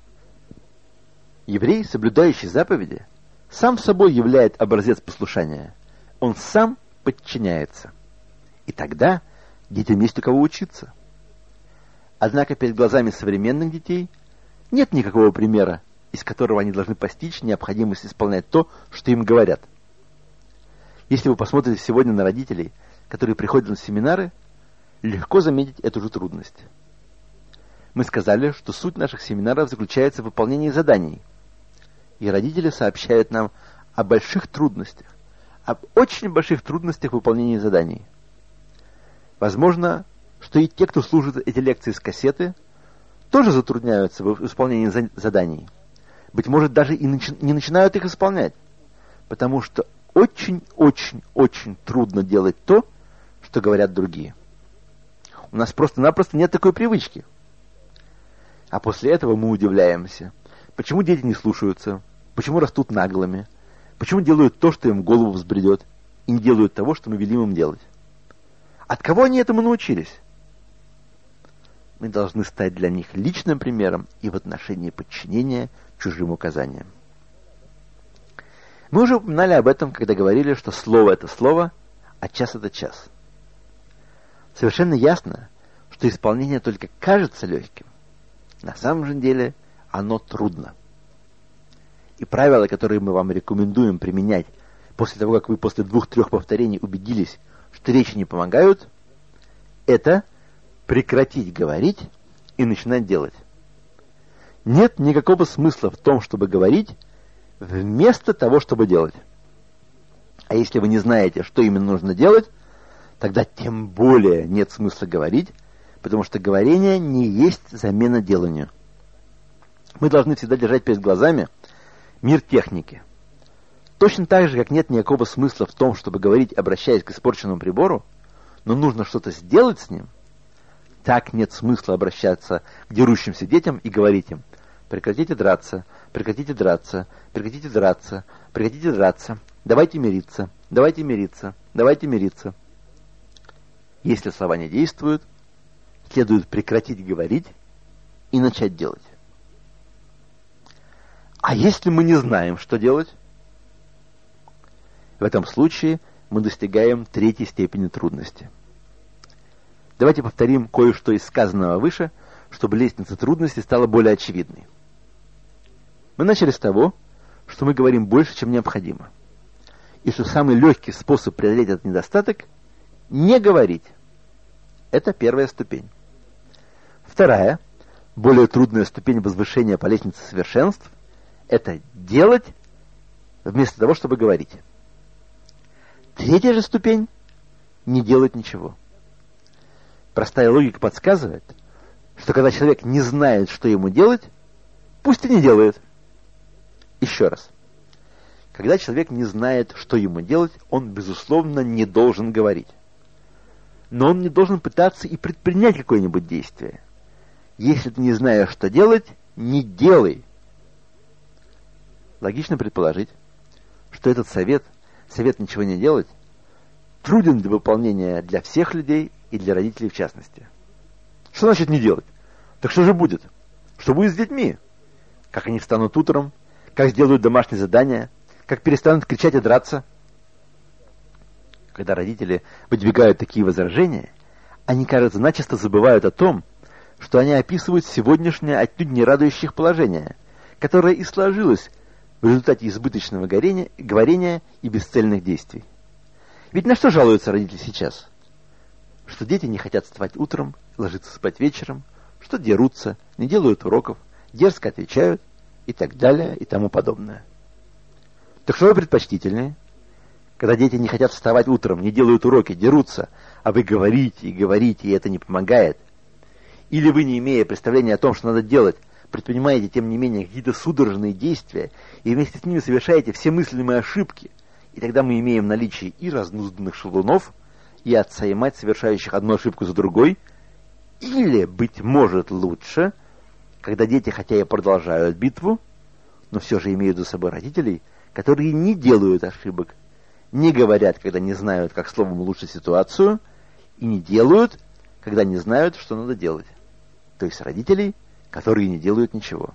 Еврей, соблюдающий заповеди, сам собой являет образец послушания. Он сам подчиняется. И тогда детям есть у кого учиться. Однако перед глазами современных детей нет никакого примера, из которого они должны постичь необходимость исполнять то, что им говорят. Если вы посмотрите сегодня на родителей, которые приходят на семинары, легко заметить эту же трудность. Мы сказали, что суть наших семинаров заключается в выполнении заданий. И родители сообщают нам о больших трудностях, об очень больших трудностях в выполнении заданий. Возможно, что и те, кто слушает эти лекции с кассеты, тоже затрудняются в исполнении заданий. Быть может, даже и не начинают их исполнять, потому что очень-очень-очень трудно делать то, что говорят другие. У нас просто-напросто нет такой привычки. А после этого мы удивляемся, почему дети не слушаются, почему растут наглыми, почему делают то, что им в голову взбредет, и не делают того, что мы велим им делать. От кого они этому научились? Мы должны стать для них личным примером и в отношении подчинения чужим указаниям. Мы уже упоминали об этом, когда говорили, что слово — это слово, а час — это час. Совершенно ясно, что исполнение только кажется легким. На самом же деле оно трудно. И правила, которые мы вам рекомендуем применять после того, как вы после 2-3 повторений убедились, что речи не помогают, это прекратить говорить и начинать делать. Нет никакого смысла в том, чтобы говорить, вместо того, чтобы делать. А если вы не знаете, что именно нужно делать, тогда тем более нет смысла говорить, потому что говорение не есть замена деланию. Мы должны всегда держать перед глазами мир техники. Точно так же, как нет никакого смысла в том, чтобы говорить, обращаясь к испорченному прибору, но нужно что-то сделать с ним, так нет смысла обращаться к дерущимся детям и говорить им: прекратите драться, прекратите драться, прекратите драться, прекратите драться, давайте мириться, давайте мириться, давайте мириться. Если слова не действуют, следует прекратить говорить и начать делать. А если мы не знаем, что делать? В этом случае мы достигаем 3-й степени трудности. Давайте повторим кое-что из сказанного выше, чтобы лестница трудностей стала более очевидной. Мы начали с того, что мы говорим больше, чем необходимо. И что самый легкий способ преодолеть этот недостаток — не говорить. Это первая ступень. Вторая, более трудная ступень возвышения по лестнице совершенств — это делать вместо того, чтобы говорить. Третья же ступень — не делать ничего. Простая логика подсказывает, что когда человек не знает, что ему делать, пусть и не делает. Еще раз. Когда человек не знает, что ему делать, он, безусловно, не должен говорить. Но он не должен пытаться и предпринять какое-нибудь действие. Если ты не знаешь, что делать, не делай. Логично предположить, что этот совет ничего не делать, труден для выполнения для всех людей и для родителей в частности. Что значит не делать? Так что же будет? Что будет с детьми? Как они встанут утром? Как сделают домашние задания? Как перестанут кричать и драться? Когда родители выдвигают такие возражения, они, кажется, начисто забывают о том, что они описывают сегодняшнее отнюдь не радующее положение, которое и сложилось в результате избыточного говорения и бесцельных действий. Ведь на что жалуются родители сейчас? Что дети не хотят вставать утром, ложиться спать вечером, что дерутся, не делают уроков, дерзко отвечают и так далее и тому подобное. Так что вы предпочтительнее? Когда дети не хотят вставать утром, не делают уроки, дерутся, а вы говорите и говорите, и это не помогает? Или вы, не имея представления о том, что надо делать, предпринимаете, тем не менее, какие-то судорожные действия и вместе с ними совершаете все мыслимые ошибки, и тогда мы имеем наличие и разнузданных шалунов, и отца и мать, совершающих одну ошибку за другой, или, быть может, лучше, когда дети, хотя и продолжают битву, но все же имеют за собой родителей, которые не делают ошибок, не говорят, когда не знают, как словом улучшить ситуацию, и не делают, когда не знают, что надо делать. То есть родителей, которые не делают ничего.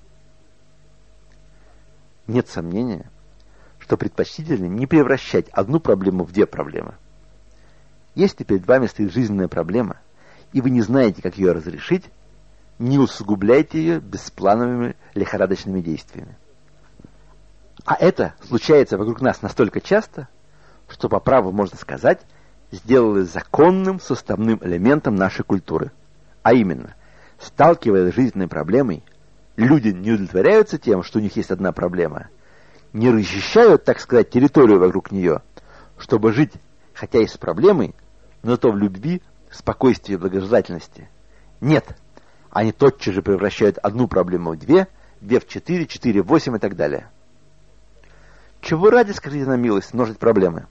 Нет сомнения, что предпочтительнее не превращать одну проблему в две проблемы. Если перед вами стоит жизненная проблема, и вы не знаете, как ее разрешить, не усугубляйте ее бесплановыми лихорадочными действиями. А это случается вокруг нас настолько часто, что по праву можно сказать, сделалось законным составным элементом нашей культуры. А именно, сталкиваясь с жизненной проблемой, люди не удовлетворяются тем, что у них есть одна проблема, не расчищают, так сказать, территорию вокруг нее, чтобы жить, хотя и с проблемой, но зато в любви, спокойствии и благожелательности. Нет, они тотчас же превращают одну проблему в две в четыре, четыре в 8 и так далее. Чего ради, скажите на милость, множить проблемы?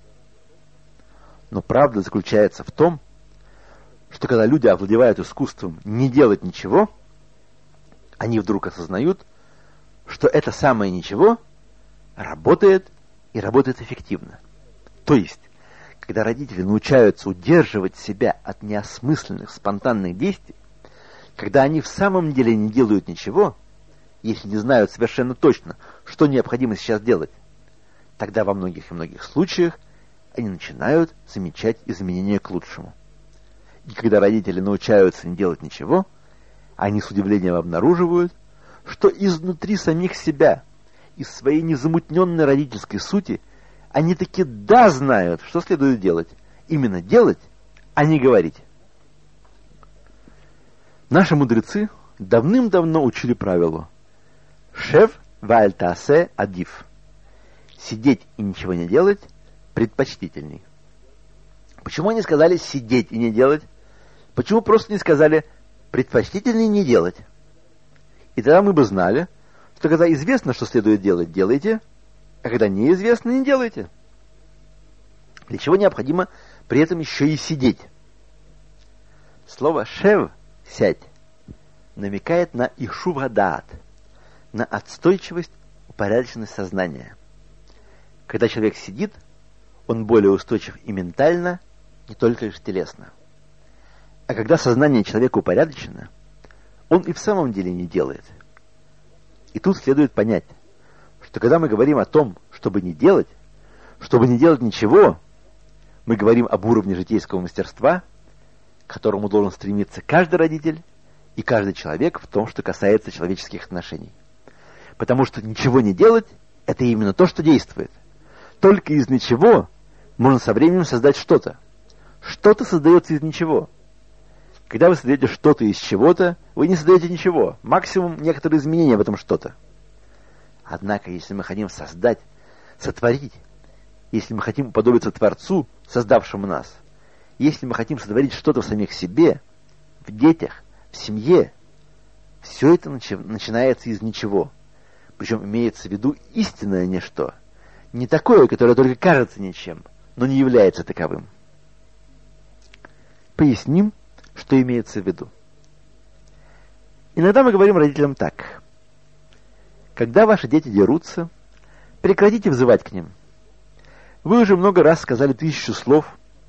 Но правда заключается в том, что когда люди овладевают искусством не делать ничего, они вдруг осознают, что это самое ничего работает и работает эффективно. То есть, когда родители научаются удерживать себя от неосмысленных, спонтанных действий, когда они в самом деле не делают ничего, если не знают совершенно точно, что необходимо сейчас делать, тогда во многих и многих случаях они начинают замечать изменения к лучшему. И когда родители научаются не делать ничего, они с удивлением обнаруживают, что изнутри самих себя, из своей незамутненной родительской сути, они таки да знают, что следует делать. Именно делать, а не говорить. Наши мудрецы давным-давно учили правилу «Шев ваэль таасе адив» — сидеть и ничего не делать предпочтительней. Почему они сказали «сидеть и не делать»? Почему просто не сказали «предпочтительней не делать»? И тогда мы бы знали, что когда известно, что следует делать, делайте, а когда неизвестно, не делайте. Для чего необходимо при этом еще и сидеть? Слово «шев» — «сядь» намекает на ишув хадаат, на отстойчивость, упорядоченность сознания. Когда человек сидит, он более устойчив и ментально, не только лишь телесно. А когда сознание человека упорядочено, он и в самом деле не делает. И тут следует понять, что когда мы говорим о том, чтобы не делать ничего, мы говорим об уровне житейского мастерства, к которому должен стремиться каждый родитель и каждый человек в том, что касается человеческих отношений. Потому что ничего не делать — это именно то, что действует. Только из ничего можно со временем создать что-то. Что-то создается из ничего. Когда вы создаете что-то из чего-то, вы не создаете ничего. Максимум некоторые изменения в этом что-то. Однако, если мы хотим создать, сотворить если мы хотим уподобиться Творцу, создавшему нас, если мы хотим сотворить что-то в самих себе, в детях, в семье, все это начинается из ничего. Причем имеется в виду истинное ничто. Не такое, которое только кажется ничем, но не является таковым. Поясним, что имеется в виду. Иногда мы говорим родителям так. Когда ваши дети дерутся, прекратите взывать к ним. Вы уже много раз сказали 1000 слов,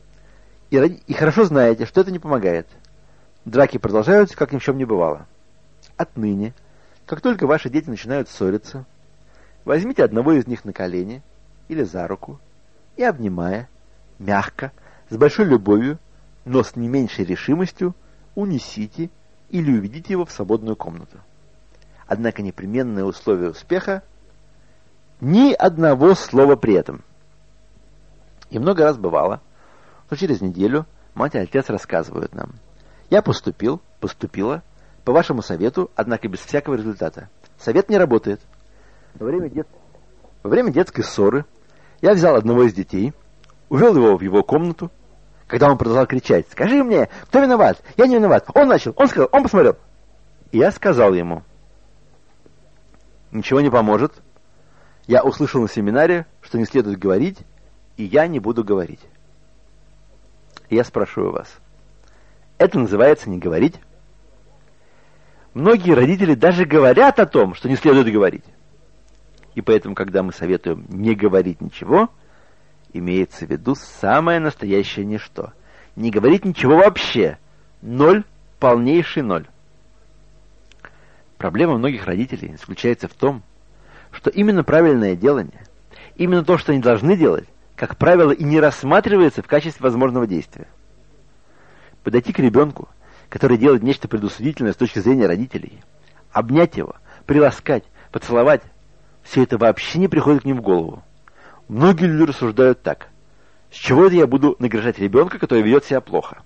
и хорошо знаете, что это не помогает. Драки продолжаются, как ни в чем не бывало. Отныне, как только ваши дети начинают ссориться, возьмите одного из них на колени или за руку и, обнимая, мягко, с большой любовью, но с не меньшей решимостью, унесите или уведите его в свободную комнату. Однако непременное условие успеха — ни одного слова при этом. И много раз бывало, что через неделю мать и отец рассказывают нам: «Я поступила, по вашему совету, однако без всякого результата. Совет не работает. Во время детской ссоры я взял одного из детей, увел его в его комнату, когда он продолжал кричать: «Скажи мне, кто виноват? Я не виноват. Он начал, он сказал, он посмотрел». И я сказал ему: «Ничего не поможет. Я услышал на семинаре, что не следует говорить, и я не буду говорить». И я спрашиваю вас: это называется не говорить? Многие родители даже говорят о том, что не следует говорить. И поэтому, когда мы советуем не говорить ничего, имеется в виду самое настоящее ничто. Не говорить ничего вообще. Ноль, полнейший ноль. Проблема многих родителей заключается в том, что именно правильное делание, именно то, что они должны делать, как правило, и не рассматривается в качестве возможного действия. Подойти к ребенку, который делает нечто предусудительное с точки зрения родителей, обнять его, приласкать, поцеловать, все это вообще не приходит к ним в голову. Многие люди рассуждают так: с чего это я буду награждать ребенка, который ведет себя плохо?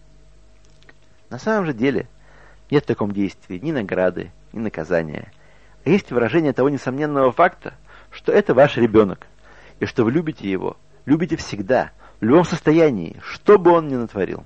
На самом же деле нет в таком действии ни награды, ни наказания. А есть выражение того несомненного факта, что это ваш ребенок, и что вы любите его, любите всегда, в любом состоянии, что бы он ни натворил.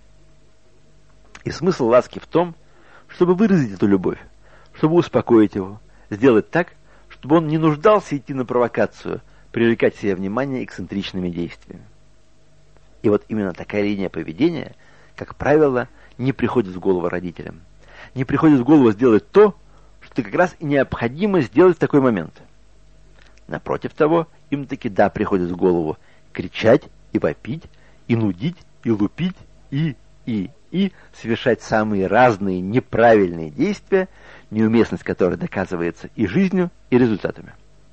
И смысл ласки в том, чтобы выразить эту любовь, чтобы успокоить его, сделать так, чтобы он не нуждался идти на провокацию, привлекать себе внимание эксцентричными действиями. И вот именно такая линия поведения, как правило, не приходит в голову родителям. Не приходит в голову сделать то, что как раз и необходимо сделать в такой момент. Напротив того, им таки да приходит в голову кричать и вопить, и нудить, и лупить, и совершать самые разные неправильные действия, неуместность которых доказывается и жизнью, и результатами.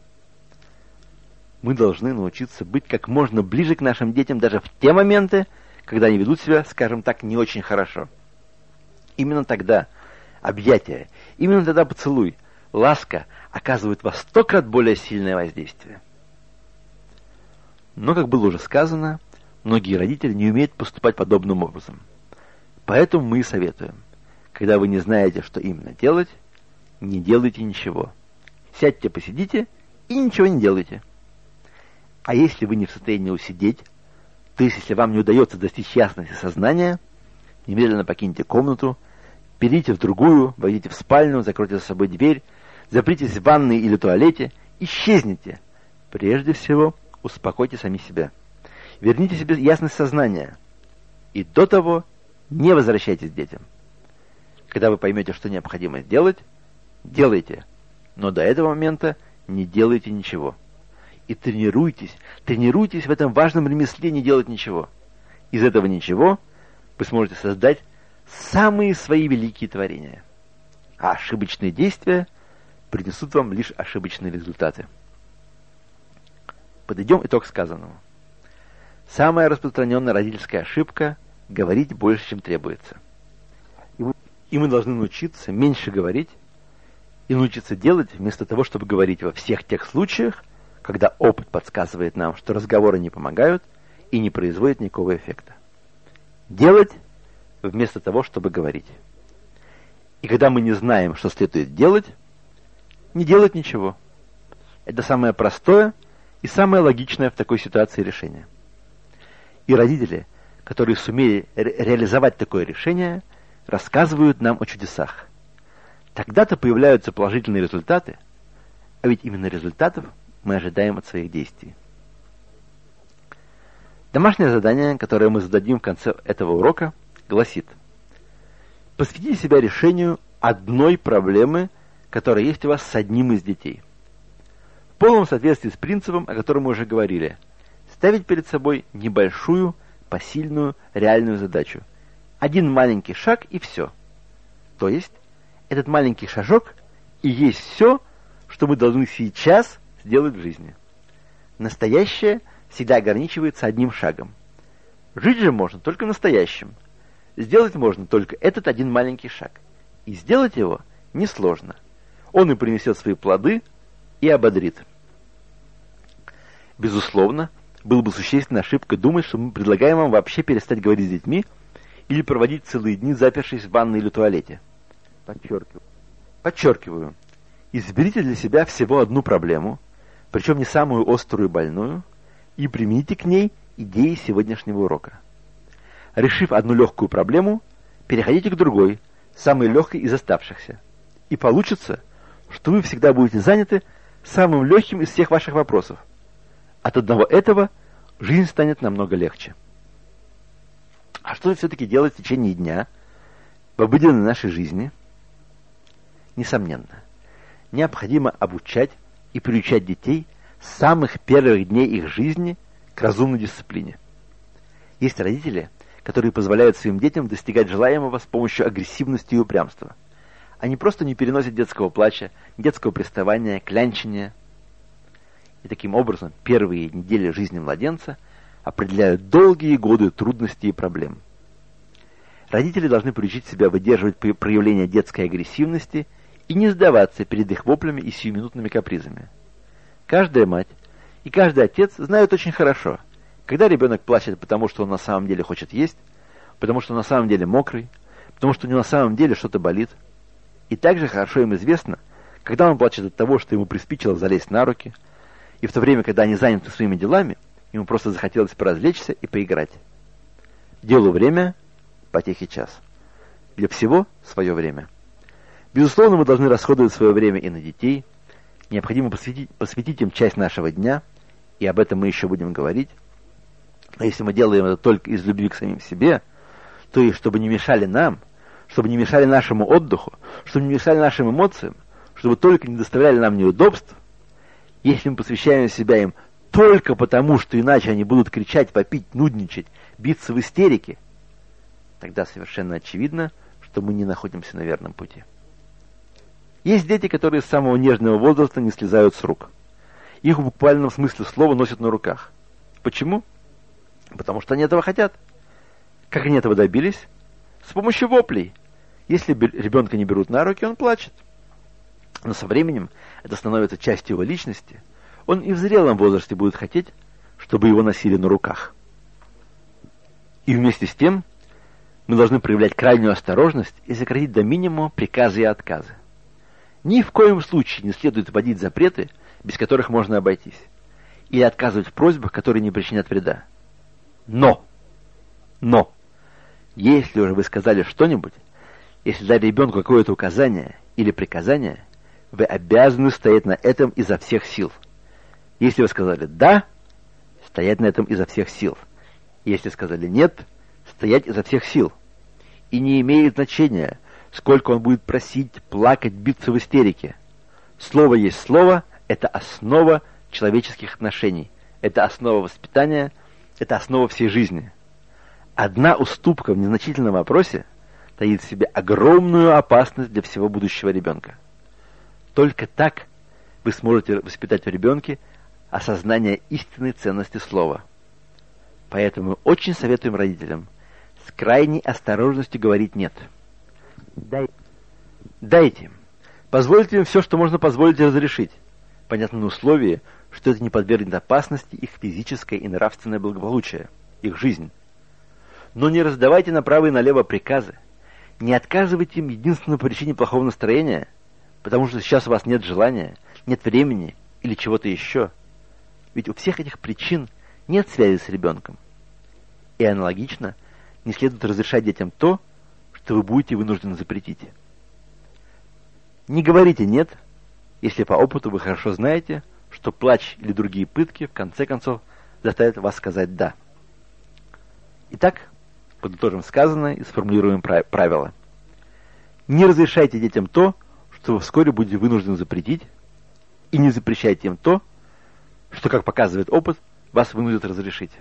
Мы должны научиться быть как можно ближе к нашим детям даже в те моменты, когда они ведут себя, скажем так, не очень хорошо. Именно тогда объятия, именно тогда поцелуй, ласка оказывают во 100 крат более сильное воздействие. Но, как было уже сказано, многие родители не умеют поступать подобным образом. Поэтому мы и советуем: когда вы не знаете, что именно делать, не делайте ничего. Сядьте, посидите и ничего не делайте. А если вы не в состоянии усидеть, то есть если вам не удается достичь ясности сознания, немедленно покиньте комнату, перейдите в другую, войдите в спальню, закройте за собой дверь, запритесь в ванной или туалете, исчезните. Прежде всего, успокойте сами себя. Верните себе ясность сознания. И до того не возвращайтесь к детям. Когда вы поймете, что необходимо сделать, делайте. Но до этого момента не делайте ничего. И тренируйтесь в этом важном ремесле не делать ничего. Из этого ничего вы сможете создать самые свои великие творения. А ошибочные действия принесут вам лишь ошибочные результаты. Подведем итог сказанному. Самая распространенная родительская ошибка — говорить больше, чем требуется. И мы должны научиться меньше говорить и научиться делать вместо того, чтобы говорить во всех тех случаях, когда опыт подсказывает нам, что разговоры не помогают и не производят никакого эффекта. Делать вместо того, чтобы говорить. И когда мы не знаем, что следует делать, не делать ничего. Это самое простое и самое логичное в такой ситуации решение. И родители, которые сумели реализовать такое решение, рассказывают нам о чудесах. Тогда-то появляются положительные результаты, а ведь именно результатов мы ожидаем от своих действий. Домашнее задание, которое мы зададим в конце этого урока, гласит: посвятите себя решению одной проблемы, которая есть у вас с одним из детей. В полном соответствии с принципом, о котором мы уже говорили. Ставить перед собой небольшую, посильную, реальную задачу. Один маленький шаг и все. То есть, этот маленький шажок и есть все, что мы должны сейчас сделать в жизни. Настоящее всегда ограничивается одним шагом. Жить же можно только в настоящем. Сделать можно только этот один маленький шаг. И сделать его несложно. Он и принесет свои плоды, и ободрит. Безусловно, было бы существенной ошибкой думать, что мы предлагаем вам вообще перестать говорить с детьми или проводить целые дни, запершись в ванной или туалете. Подчеркиваю. Изберите для себя всего одну проблему, причем не самую острую и больную, и примените к ней идеи сегодняшнего урока. Решив одну легкую проблему, переходите к другой, самой легкой из оставшихся. И получится, что вы всегда будете заняты самым легким из всех ваших вопросов. От одного этого жизнь станет намного легче. А что же все-таки делать в течение дня, в обыденной нашей жизни? Несомненно, необходимо обучать и приучать детей с самых первых дней их жизни к разумной дисциплине. Есть родители, которые позволяют своим детям достигать желаемого с помощью агрессивности и упрямства. Они просто не переносят детского плача, детского приставания, клянчения. И таким образом первые недели жизни младенца определяют долгие годы трудностей и проблем. Родители должны приучить себя выдерживать проявление детской агрессивности и не сдаваться перед их воплями и сиюминутными капризами. Каждая мать и каждый отец знают очень хорошо, когда ребенок плачет, потому что он на самом деле хочет есть, потому что он на самом деле мокрый, потому что у него на самом деле что-то болит. И также хорошо им известно, когда он плачет от того, что ему приспичило залезть на руки, и в то время, когда они заняты своими делами, ему просто захотелось поразвлечься и поиграть. Делу время, потехе час. Для всего свое время. Безусловно, мы должны расходовать свое время и на детей. Необходимо посвятить им часть нашего дня, и об этом мы еще будем говорить. Но если мы делаем это только из любви к самим себе, то и чтобы не мешали нам, чтобы не мешали нашему отдыху, чтобы не мешали нашим эмоциям, чтобы только не доставляли нам неудобств, если мы посвящаем себя им только потому, что иначе они будут кричать, вопить, нудничать, биться в истерике, тогда совершенно очевидно, что мы не находимся на верном пути. Есть дети, которые с самого нежного возраста не слезают с рук. Их в буквальном смысле слова носят на руках. Почему? Потому что они этого хотят. Как они этого добились? С помощью воплей. Если ребенка не берут на руки, он плачет. Но со временем это становится частью его личности. Он и в зрелом возрасте будет хотеть, чтобы его носили на руках. И вместе с тем мы должны проявлять крайнюю осторожность и сократить до минимума приказы и отказы. Ни в коем случае не следует вводить запреты, без которых можно обойтись, или отказывать в просьбах, которые не причинят вреда. Но, если уже вы сказали что-нибудь, если дали ребенку какое-то указание или приказание, вы обязаны стоять на этом изо всех сил. Если вы сказали «да», стоять на этом изо всех сил. Если сказали «нет», стоять изо всех сил. И не имеет значения, сколько он будет просить, плакать, биться в истерике. Слово есть слово, это основа человеческих отношений, это основа воспитания, это основа всей жизни. Одна уступка в незначительном вопросе таит в себе огромную опасность для всего будущего ребенка. Только так вы сможете воспитать в ребенке осознание истинной ценности слова. Поэтому мы очень советуем родителям с крайней осторожностью говорить «нет». Дайте им. Позвольте им все, что можно позволить и разрешить. Понятно, на условии, что это не подвергнет опасности их физическое и нравственное благополучие, их жизнь. Но не раздавайте направо и налево приказы. Не отказывайте им единственно по причине плохого настроения, потому что сейчас у вас нет желания, нет времени или чего-то еще. Ведь у всех этих причин нет связи с ребенком. И аналогично не следует разрешать детям то, что вы будете вынуждены запретить. Не говорите «нет», если по опыту вы хорошо знаете, что плач или другие пытки в конце концов заставят вас сказать «да». Итак, подытожим сказанное и сформулируем правила. Не разрешайте детям то, что вы вскоре будете вынуждены запретить, и не запрещайте им то, что, как показывает опыт, вас вынудит разрешить.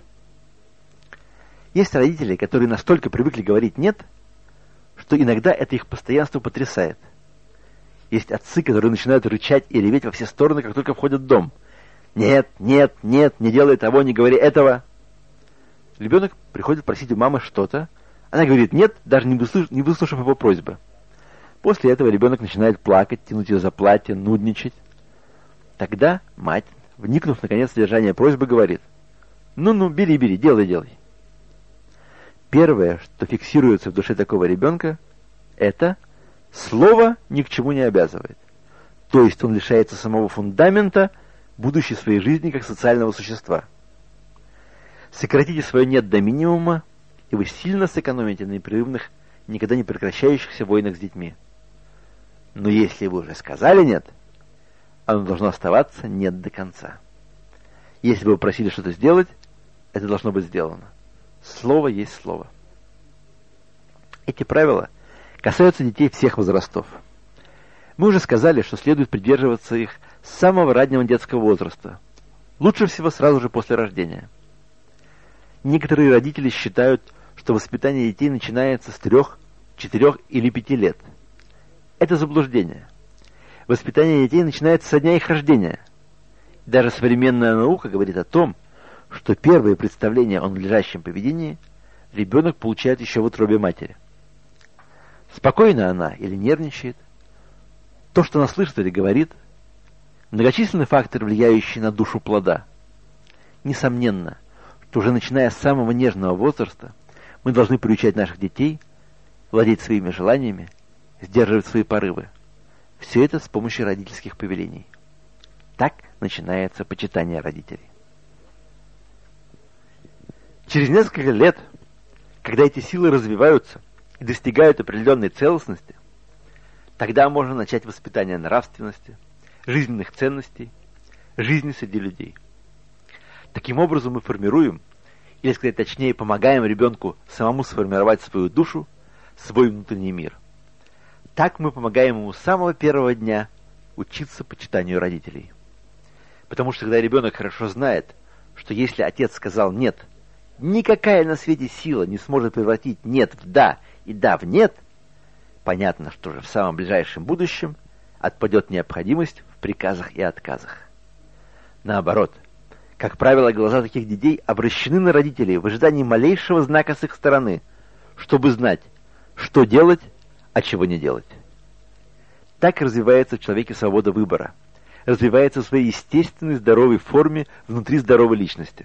Есть родители, которые настолько привыкли говорить «нет», что иногда это их постоянство потрясает. Есть отцы, которые начинают рычать и реветь во все стороны, как только входят в дом. «Нет, нет, нет, не делай того, не говори этого». Ребенок приходит просить у мамы что-то, она говорит «нет», даже не выслушав его просьбы. После этого ребенок начинает плакать, тянуть ее за платье, нудничать. Тогда мать, вникнув наконец в содержание просьбы, говорит: «Ну, бери, делай». Первое, что фиксируется в душе такого ребенка, это слово ни к чему не обязывает. То есть он лишается самого фундамента будущей своей жизни как социального существа. Сократите свое «нет» до минимума, и вы сильно сэкономите на непрерывных, никогда не прекращающихся войнах с детьми. Но если вы уже сказали «нет», оно должно оставаться «нет» до конца. Если вы просили что-то сделать, это должно быть сделано. Слово есть слово. Эти правила касаются детей всех возрастов. Мы уже сказали, что следует придерживаться их с самого раннего детского возраста. Лучше всего сразу же после рождения. Некоторые родители считают, что воспитание детей начинается с 3, 4 или 5 лет. Это заблуждение. Воспитание детей начинается со дня их рождения. Даже современная наука говорит о том, что первые представления о надлежащем поведении ребенок получает еще в утробе матери. Спокойна она или нервничает, то, что она слышит или говорит, многочисленные факторы, влияющие на душу плода. Несомненно, что уже начиная с самого нежного возраста мы должны приучать наших детей владеть своими желаниями, сдерживать свои порывы. Все это с помощью родительских повелений. Так начинается почитание родителей. Через несколько лет, когда эти силы развиваются и достигают определенной целостности, тогда можно начать воспитание нравственности, жизненных ценностей, жизни среди людей. Таким образом мы формируем, или сказать точнее, помогаем ребенку самому сформировать свою душу, свой внутренний мир. Так мы помогаем ему с самого первого дня учиться почитанию родителей. Потому что когда ребенок хорошо знает, что если отец сказал «нет», никакая на свете сила не сможет превратить «нет» в «да» и «да» в «нет», понятно, что же в самом ближайшем будущем отпадет необходимость в приказах и отказах. Наоборот, как правило, глаза таких детей обращены на родителей в ожидании малейшего знака с их стороны, чтобы знать, что делать, а чего не делать. Так развивается в человеке свобода выбора, развивается в своей естественной здоровой форме внутри здоровой личности.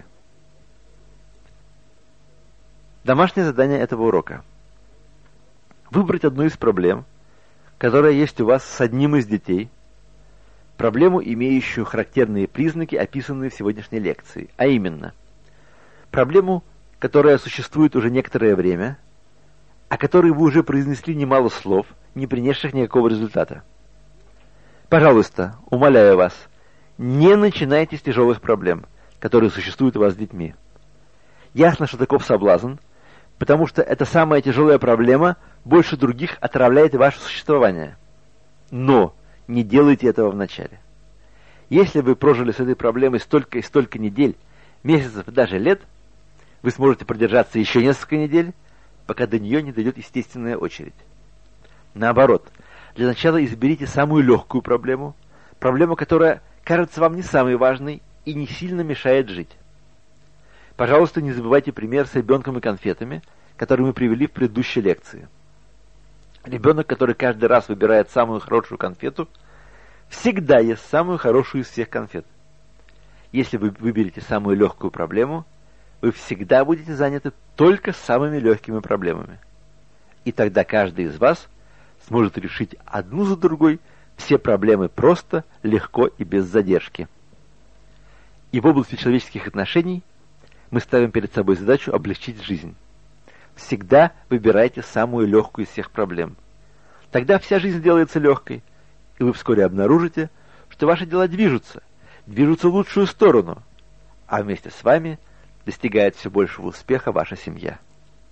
Домашнее задание этого урока. Выбрать одну из проблем, которая есть у вас с одним из детей, проблему, имеющую характерные признаки, описанные в сегодняшней лекции, а именно, проблему, которая существует уже некоторое время, о которой вы уже произнесли немало слов, не принесших никакого результата. Пожалуйста, умоляю вас, не начинайте с тяжелых проблем, которые существуют у вас с детьми. Ясно, что таков соблазн, потому что эта самая тяжелая проблема больше других отравляет ваше существование. Но не делайте этого вначале. Если вы прожили с этой проблемой столько и столько недель, месяцев и даже лет, вы сможете продержаться еще несколько недель, пока до нее не дойдет естественная очередь. Наоборот, для начала изберите самую легкую проблему, проблему, которая кажется вам не самой важной и не сильно мешает жить. Пожалуйста, не забывайте пример с ребенком и конфетами, который мы привели в предыдущей лекции. Ребенок, который каждый раз выбирает самую хорошую конфету, всегда ест самую хорошую из всех конфет. Если вы выберете самую легкую проблему, вы всегда будете заняты только самыми легкими проблемами. И тогда каждый из вас сможет решить одну за другой все проблемы просто, легко и без задержки. И в области человеческих отношений мы ставим перед собой задачу облегчить жизнь. Всегда выбирайте самую легкую из всех проблем. Тогда вся жизнь делается легкой, и вы вскоре обнаружите, что ваши дела движутся в лучшую сторону, а вместе с вами достигает все большего успеха ваша семья.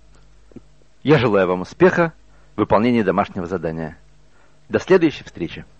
Я желаю вам успеха в выполнении домашнего задания. До следующей встречи!